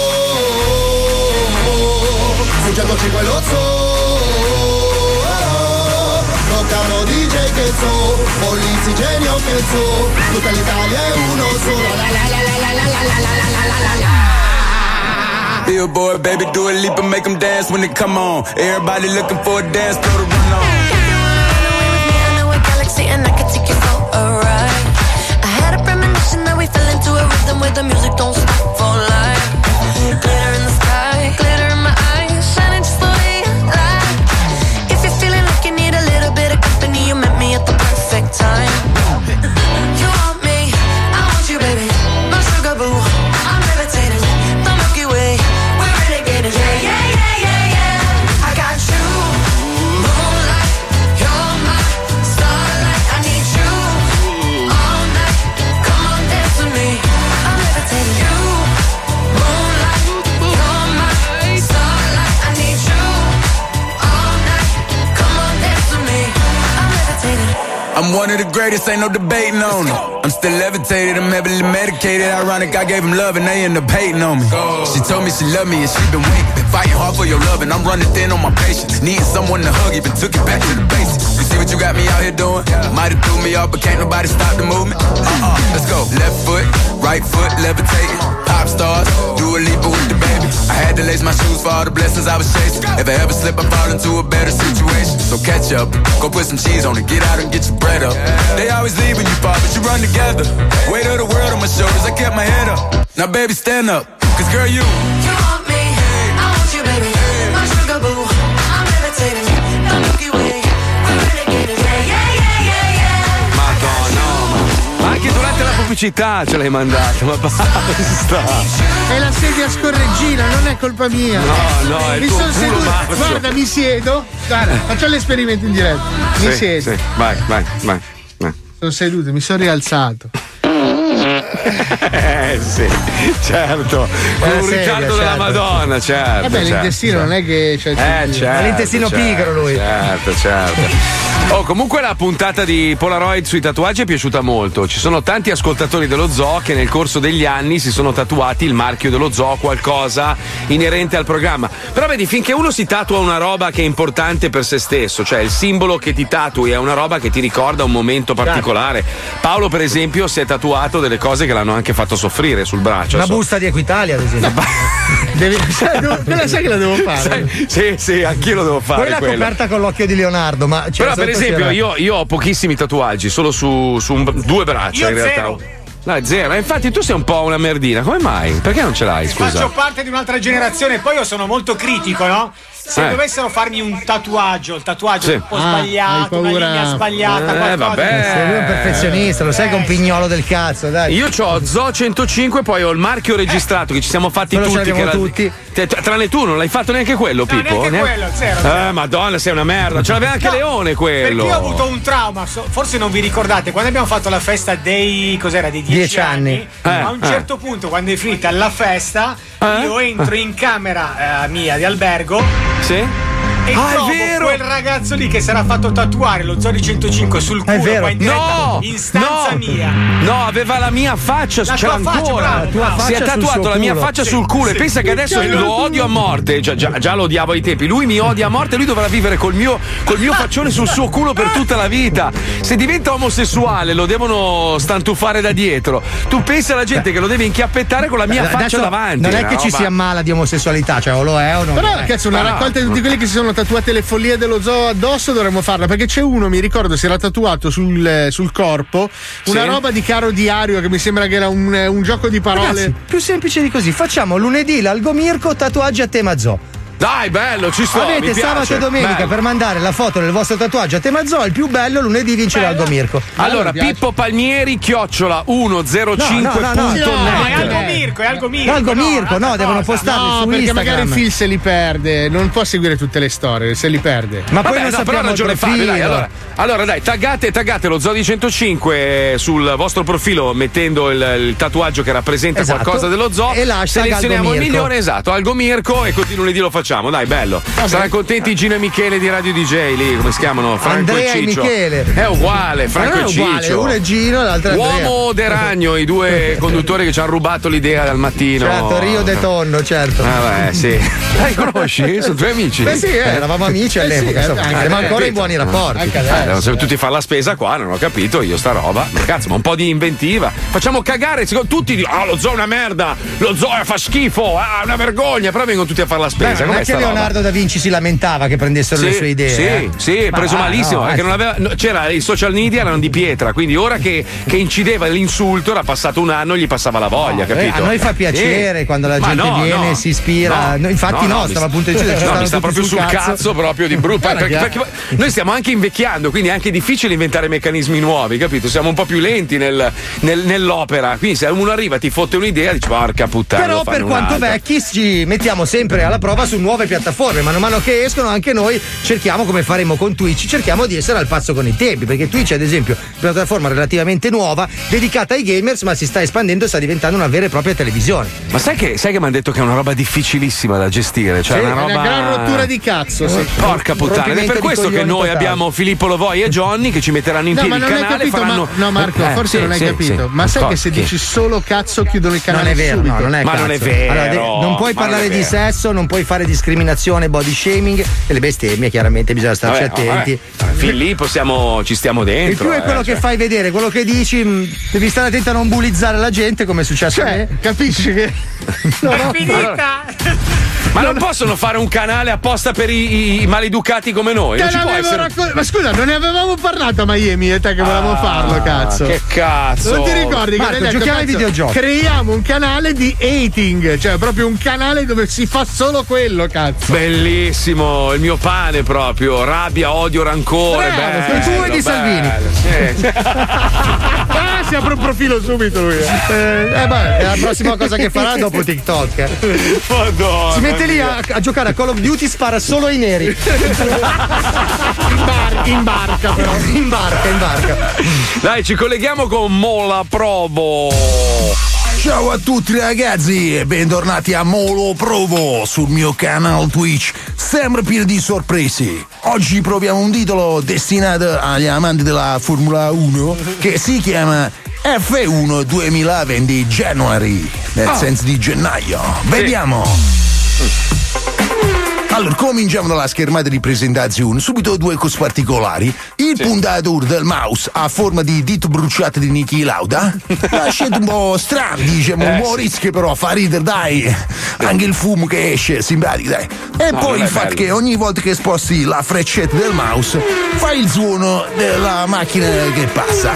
zoo, succedocico e lo zoo. Roccano D J che so, polizi genio che so. Tutta l'Italia è uno solo. La la la la la la la la la la la la. Billboard, baby, do a leap and make them dance when they come on. Everybody looking for a dance floor to run on. And I could take you for a ride. I had a premonition that we fell into a rhythm where the music don't stop for life. Glitter in the sky, glitter in my eyes, shining just the way I like. If you're feeling like you need a little bit of company, you met me at the perfect time. You want me, I want you, baby. My sugar boo, I'm levitating. The Milky Way, we're renegading. Yeah, yeah, yeah, yeah, yeah. I got you, moonlight, you're my starlight. I need you all night. Come on, dance with me. I'm levitating. You, moonlight, you're my starlight. I need you all night. Come on, dance with me. I'm levitating. I'm one of the greatest, ain't no debating on it. I'm still levitated, I'm heavily medicated. Ironic, I gave him love and they end up hating on me. She told me she loved me and she been waiting. Been fighting hard for your love and I'm running thin on my patience. Needing someone to hug, even took it back to the basics. You see what you got me out here doing? Might have threw me off, but can't nobody stop the movement. Uh-uh, let's go. Left foot, right foot, levitating. Pop stars, do a leap with the baby. I had to lace my shoes for all the blessings I was chasing. If I ever slip, I fall into a better situation. So catch up, go put some cheese on it, get out and get your bread up. They always leave when you fall, but you run together. Weight of the world on my shoulders, I kept my head up. Now baby, stand up, cause girl, you. You want me, I want you, baby. My sugar boo, I'm levitating. The Milky Way, we're renegading. Yeah, yeah, yeah, yeah, yeah. Madonna, ma anche durante la pubblicità ce l'hai mandato, ma basta. È la sedia scorreggina, non è colpa mia. No, no, è il mi tuo sono culo seduto. marcio. Guarda, mi siedo. Guarda, faccio l'esperimento in diretta. Mi Sì, siedo. sì, vai, vai, vai. vai. Sono seduto, mi sono rialzato. Eh sì, certo. Con un sedia, ritardo della certo. Madonna, certo. Vabbè, certo, l'intestino certo. non è che c'è. Eh, certo, l'intestino certo, pigro lui. Certo, certo. Oh, comunque la puntata di Polaroid sui tatuaggi è piaciuta molto. Ci sono tanti ascoltatori dello zoo che nel corso degli anni si sono tatuati il marchio dello zoo, qualcosa inerente al programma. Però vedi, finché uno si tatua una roba che è importante per se stesso, cioè il simbolo che ti tatui è una roba che ti ricorda un momento particolare. Paolo, per esempio, si è tatuato delle cose che l'hanno anche fatto soffrire sul braccio. Una So- busta di Equitalia, ad esempio. Devi, sai, devo- quella sai che la devo fare. Sai- sì, sì, anch'io lo devo fare. Quella quello. coperta con l'occhio di Leonardo, ma cioè, Però, per sotto esempio, c'era- io, io ho pochissimi tatuaggi, solo su, su un- due braccia Io in realtà. zero. No, zero. E infatti tu sei un po' una merdina, come mai? Perché non ce l'hai, scusa? Faccio parte di un'altra generazione e poi io sono molto critico, no? Se Eh. dovessero farmi un tatuaggio, il tatuaggio Sì. un po' Ah, sbagliato, hai una paura. linea sbagliata, Eh, qualcosa. vabbè. Sei lui un perfezionista, lo sai che è un pignolo del cazzo, dai. Io ho Zoo centocinque, poi ho il marchio registrato che ci siamo fatti Quello ce tutti. l'abbiamo che era- tutti. Te- Tranne tu, non l'hai fatto neanche quello, No, Pippo? neanche quello, zero, Eh, zero. madonna, sei una merda. Ce l'aveva anche No, Leone quello. Perché io ho avuto un trauma, so- forse non vi ricordate, quando abbiamo fatto la festa dei cos'era dei dieci, Dieci anni. Eh, a un eh. certo punto, quando è finita la festa, Eh? io entro in camera eh, mia di albergo Sì? E ah, trovo è vero. quel ragazzo lì che si era fatto tatuare lo Zodi centocinque sul culo vero. qua in diretta No, in stanza no, mia. No, aveva la mia faccia, La c'è tua faccia, ancora. bravo, La tua bravo. si è faccia sul tatuato suo la mia culo. faccia Sì, sul culo sì. e pensa che adesso lo odio a morte. Già, già, già lo odiavo ai tempi. Lui mi odia a morte, lui dovrà vivere col mio, col mio faccione sul suo culo per tutta la vita. Se diventa omosessuale lo devono stantufare da dietro. Tu pensa alla gente che lo deve inchiappettare con la mia Adesso faccia davanti. non è una che ci roba- si ammala di omosessualità, cioè o lo è o non Però lo è. cazzo, una Ah, raccolta di no. tutti quelli che si sono tatuati le follie dello zoo addosso dovremmo farla, perché c'è uno, mi ricordo, si era tatuato sul, eh, sul corpo una Sì. roba di caro diario che mi sembra che era un, un gioco di parole. Ragazzi, più semplice di così, facciamo lunedì l'Algomirco tatuaggi a tema zoo. Dai, bello, ci sto. Avete mi piace. sabato e domenica Bello. per mandare la foto del vostro tatuaggio a tema zoo, il più bello lunedì vince l'Algomirco. Allora, Pippo Palmieri, chiocciola centocinque No, no, no, punto no, net. No, è Algo Mirko, è Algo Mirko. Algo Mirko, no, un'altra devono cosa. postarli No, su perché Instagram. magari Phil se li perde, non può seguire tutte le storie, se li perde. Ma poi Vabbè, non no, però sappiamo ha il ragione Fabio, dai, profilo. allora, allora dai, taggate, taggate lo Zodi centocinque sul vostro profilo mettendo il, il tatuaggio che rappresenta Esatto. qualcosa dello zoo. E l'hashtag selezioniamo il Algomirco. migliore, esatto, Algo Mirko, e così lunedì lo facciamo, dai, bello. Saranno contenti Gino e Michele di Radio D J lì, come si chiamano? Franco Andrea e e Ciccio. Michele. È uguale, Franco Ma non e è uguale, Ciccio. uno è Gino, l'altro è Andrea. Uomo de Ragno, i due conduttori che ci hanno rubato l'idea dal mattino. Certo, Rio de Tonno, certo. Ah, beh, sì. Dai, conosci? Sono tuoi amici? Beh sì, eh, eravamo amici Eh all'epoca, sì, insomma, anche siamo adesso. ancora in buoni rapporti. Anche Eh, adesso. devono tutti fare la spesa qua, non ho capito io sta roba. Ma cazzo, ma un po' di inventiva. Facciamo cagare, secondo tutti dicono, ah, lo zoo è una merda, lo zoo fa schifo, ah, è una vergogna, però vengono tutti a fare la Beh, spesa. non Com'è è che sta roba? Leonardo da Vinci si lamentava che prendessero le Sì, sue idee. sì, eh. sì, Ma preso va, malissimo no, perché eh. non aveva, no, c'era i social media erano di pietra, quindi ora che, che incideva l'insulto era passato un anno, gli passava la voglia, No, capito? A noi fa piacere Sì. quando la Ma gente no, viene no. e si ispira. No, No, infatti no, mi stava sta- appunto dicendo che ci no, stanno mi sta tutti proprio sul cazzo, cazzo proprio di brutto. Guarda Perché, che- perché noi stiamo anche invecchiando, quindi è anche difficile inventare meccanismi nuovi, capito? Siamo un po' più lenti nel- nel- nell'opera. Quindi se uno arriva, ti fotte un'idea, dici porca puttana. Però devo per farne quanto un'altra." vecchi ci mettiamo sempre alla prova su nuove piattaforme, mano a mano che escono anche noi cerchiamo, come faremo con Twitch, cerchiamo di essere al passo con i tempi, perché Twitch ad esempio è una piattaforma relativamente nuova dedicata ai gamers, ma si sta espandendo e sta diventando una vera e propria televisione. Ma sai che, sai che mi hanno detto che è una roba difficilissima da gestire? Cioè Sì, una è roba. una gran rottura di cazzo, sì. Porca puttana, ed è rompimento per di questo che coglioni noi totale. abbiamo Filippo Lovoi e Johnny che ci metteranno in No, piedi ma il non hai canale. capito, faranno... ma, no Marco, Eh, forse sì, non hai sì, capito. sì. Ma sai Co- che se chi? dici solo cazzo chiudono il canale Non è vero, subito? no, non è Ma cazzo. non è vero, Allora, de- non puoi ma non parlare è di vero. sesso, non puoi fare discriminazione, body shaming e le bestemmie, chiaramente bisogna starci Vabbè, oh, attenti. vabbè. Fin lì possiamo, ci stiamo dentro. Il più è eh, quello cioè. che fai vedere, quello che dici, mh, devi stare attento a non bullizzare la gente, come è successo a Cioè, me. capisci che. No, no. Finita! Ma non possono fare un canale apposta per i, i maleducati come noi? Te Non ci può l'avevo essere. raccol- Ma scusa, non ne avevamo parlato a Miami e te che volevamo Ah, farlo, cazzo. Che cazzo? Non ti ricordi Marco, che hai detto, giochiamo ai cazzo, videogiochi. Creiamo un canale di hating, cioè proprio un canale dove si fa solo quello, cazzo. Bellissimo, il mio pane proprio, rabbia, odio, rancore. Bravo, bello, tu e di Salvini. bello, sì. Ah, si apre un profilo subito lui. Eh, eh, beh, è la prossima cosa che farà dopo TikTok. eh. Madonna Si mette lì mia. a, a giocare a Call of Duty, spara solo ai neri. In, bar- in barca però. In barca, in barca. Dai, ci colleghiamo con Mola Provo. Ciao a tutti ragazzi e bentornati a Molo Provo sul mio canale Twitch, sempre pieno di sorprese. Oggi proviamo un titolo destinato agli amanti della Formula uno che si chiama F uno duemilaventi January, nel Oh. senso di gennaio. Vediamo. Allora, cominciamo dalla schermata di presentazione. Subito due cose particolari. Il puntatore del mouse a forma di dito bruciato di Niki Lauda. La scelta un po' strana, diciamo, Eh, umoristica, però fa ridere, dai. Anche il fumo che esce, simpatico, dai. E No, poi non è il fatto bello. che ogni volta che sposti la freccetta del mouse fa il suono della macchina che passa.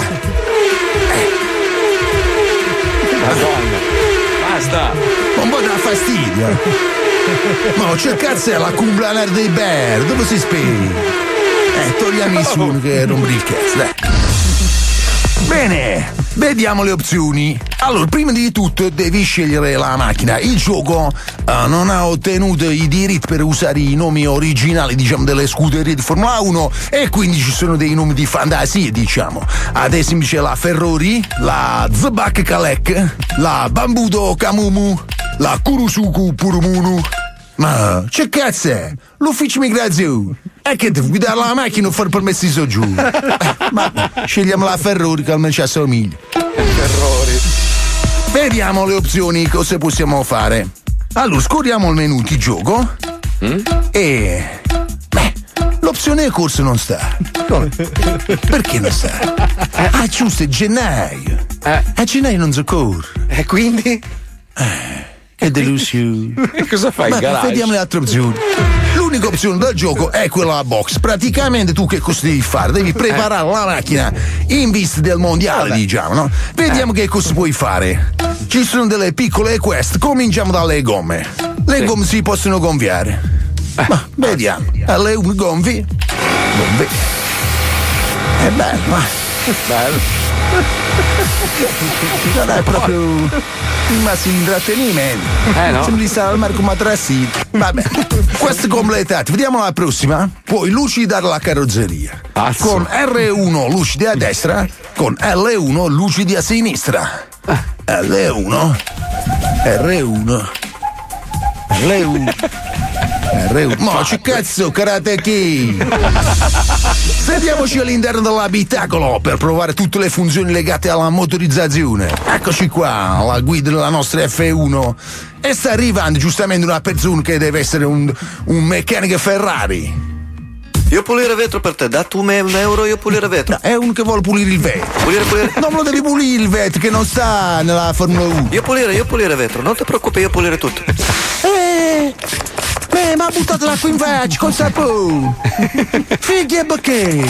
Madonna. Basta. Un po' da fastidio. Ma c'è cazzo è la cumpleaños dei Bear, dove si spiega? Eh, togliamo il suono che rompe il cazzo, dai. Bene, vediamo le opzioni. Allora, prima di tutto devi scegliere la macchina. Il gioco eh, non ha ottenuto i diritti per usare i nomi originali, diciamo, delle scuderie di Formula uno e quindi ci sono dei nomi di fantasia, diciamo. Ad esempio c'è la Ferrari, la Zbak Kalek, la Bambudo Kamumu, la Kurusuku Purumunu. Ma che cazzo è? L'ufficio migrazione! È che devo guidare la macchina o fare permessi di soggiorno? Eh, ma scegliamo la Ferrari che almeno ci assomiglia. Ferrari. Vediamo le opzioni, cosa possiamo fare. Allora, scorriamo il menù di gioco. Mm? E. Beh, l'opzione corso non sta. Come? Perché non sta? Ah, giusto, è gennaio. Eh. A gennaio non si corre. E quindi? Eh. Che delusione. Cosa fai in garage? Vediamo le altre opzioni. L'unica opzione del gioco è quella a box. Praticamente tu che cosa devi fare? Devi preparare eh. la macchina in vista del mondiale, Vabbè. diciamo, no? Vediamo eh. che cosa puoi fare. Ci sono delle piccole quest, cominciamo dalle gomme. Le sì. gomme si possono gonfiare. Eh. Ma vediamo. Alle gonfi. Gonfi. È bello, ma. Bello. Non è proprio il massimo intrattenimento. Eh no. Sembra di stare al Marco Matrassini. Vabbè, questo completate. Vediamo la prossima. Puoi lucidare la carrozzeria. Azzo. Con R uno lucidi a destra, con L uno lucidi a sinistra. L uno R uno R uno R uno Ma che cazzo, Karate Kid! Sediamoci all'interno dell'abitacolo per provare tutte le funzioni legate alla motorizzazione. Eccoci qua, la guida della nostra F uno. E sta arrivando giustamente una persona che deve essere un, un meccanico Ferrari. Io pulire vetro per te, da tu me un euro, io pulire vetro. No, è uno che vuole pulire il vetro. Pulire, pulire. Non lo devi pulire il vetro che non sta nella Formula uno. Io pulire, io pulire vetro, non ti preoccupi, io pulire tutto. Eh, eh ma ha buttato l'acqua in faccia col sapone. Figli e bacchè.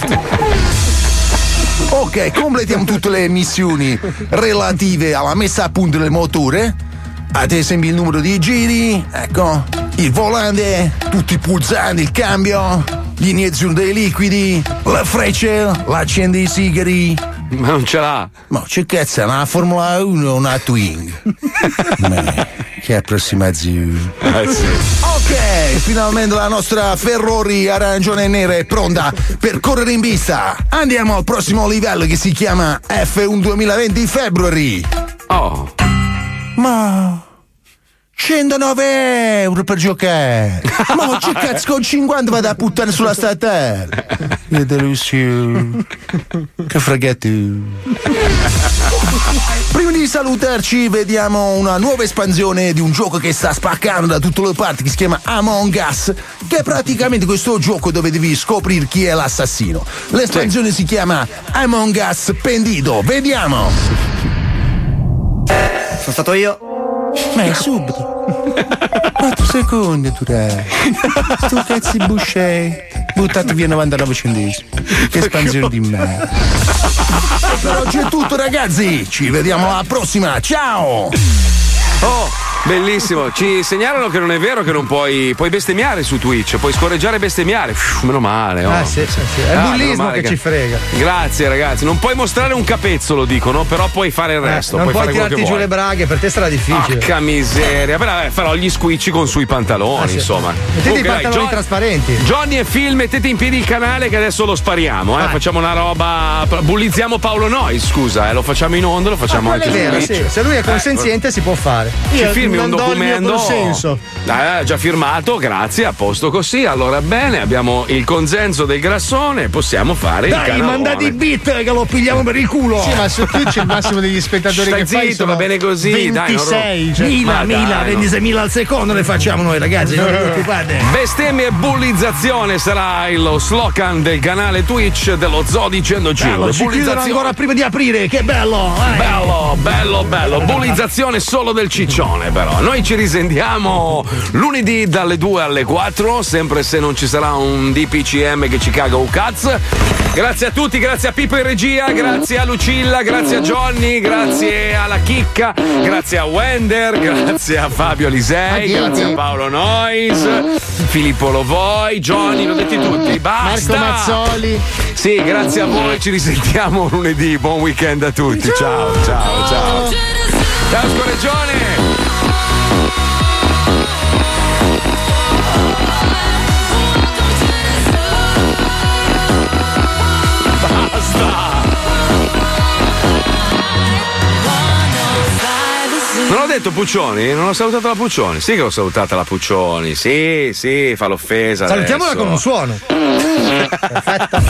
Ok, completiamo tutte le missioni relative alla messa a punto del motore. Ad esempio il numero di giri, ecco, il volante, tutti i pulsanti, il cambio, l'iniezione dei liquidi, la freccia, l'accendi i sigari. Ma non ce l'ha. Ma che cazzo è una Formula uno o una Twing? Ma che approssimazione. Eh sì. Ok, finalmente la nostra Ferrari arancione e nera è pronta per correre in pista. Andiamo al prossimo livello che si chiama F uno duemilaventi February. Oh. Ma centonove euro per giocare. Ma che cazzo, con cinquanta vado a puttane sulla statale. Che delusione. Che freghetto. Prima di salutarci vediamo una nuova espansione di un gioco che sta spaccando da tutte le parti, che si chiama Among Us, che è praticamente questo gioco dove devi scoprire chi è l'assassino. L'espansione sì. si chiama Among Us Pendito. Vediamo. Sono stato io. Ma subito. quattro secondi tu dai. Sto cazzo di buscetto. Buttato via novantanove centesimi. Che espansione di merda. Per oggi è tutto ragazzi. Ci vediamo alla prossima. Ciao. Oh, bellissimo. Ci segnalano che non è vero che non puoi puoi bestemmiare su Twitch, puoi scorreggiare e bestemmiare. Uff, meno male. Oh. Ah, sì, sì, sì. È il ah, bullismo che, che ci frega. Grazie ragazzi. Non puoi mostrare un capezzolo, dicono, però puoi fare il resto. Eh, non puoi puoi fare tirarti giù vuoi. le braghe, per te sarà difficile. Porca miseria. Però eh, farò gli squicci con sui pantaloni, ah, sì. insomma. Mettete i pantaloni dai, John, trasparenti. Johnny e Phil, mettete in piedi il canale che adesso lo spariamo, eh. Ah. Facciamo una roba. Bullizziamo Paolo Noyes, scusa, eh. Lo facciamo in onda, lo facciamo ah, anche è vero, sì. Se lui è consenziente eh, si può fare. Ci Io firmi un documento consenso. Eh, già firmato, grazie, a posto così. Allora bene, abbiamo il consenso del grassone, possiamo fare dai, il canalone. Dai, mandate i beat che lo pigliamo per il culo. Sì, ma su Twitch il massimo degli spettatori Stai che zitto, fai sono va bene così, ventisei, dai, cioè. Mila, mila, ventiseimila al secondo le facciamo noi ragazzi, non vi preoccupate. Bestemmia e bullizzazione sarà lo slogan del canale Twitch dello Zodi centocinque. Ci chiudono ancora prima di aprire, che bello! Eh. Bello, bello, bello. Bullizzazione solo del ciccione però. Noi ci risentiamo lunedì dalle due alle quattro, sempre se non ci sarà un D P C M che ci caga un cazzo. Grazie a tutti, grazie a Pippo in regia, grazie a Lucilla, grazie a Johnny, grazie alla Chicca, grazie a Wender, grazie a Fabio Lisei, grazie a Paolo Noyes, Filippo Lovoi, Johnny, l'ho detti tutti, basta! Marco Mazzoli. Sì, grazie a voi, ci risentiamo lunedì, buon weekend a tutti, ciao, ciao, ciao. Ciao Scorreggione! Non ho detto detto Puccioni? Non ho salutato la Puccioni. Sì che ho salutata la Puccioni. Sì, sì, fa l'offesa. Salutiamola adesso. con un suono. Perfetto.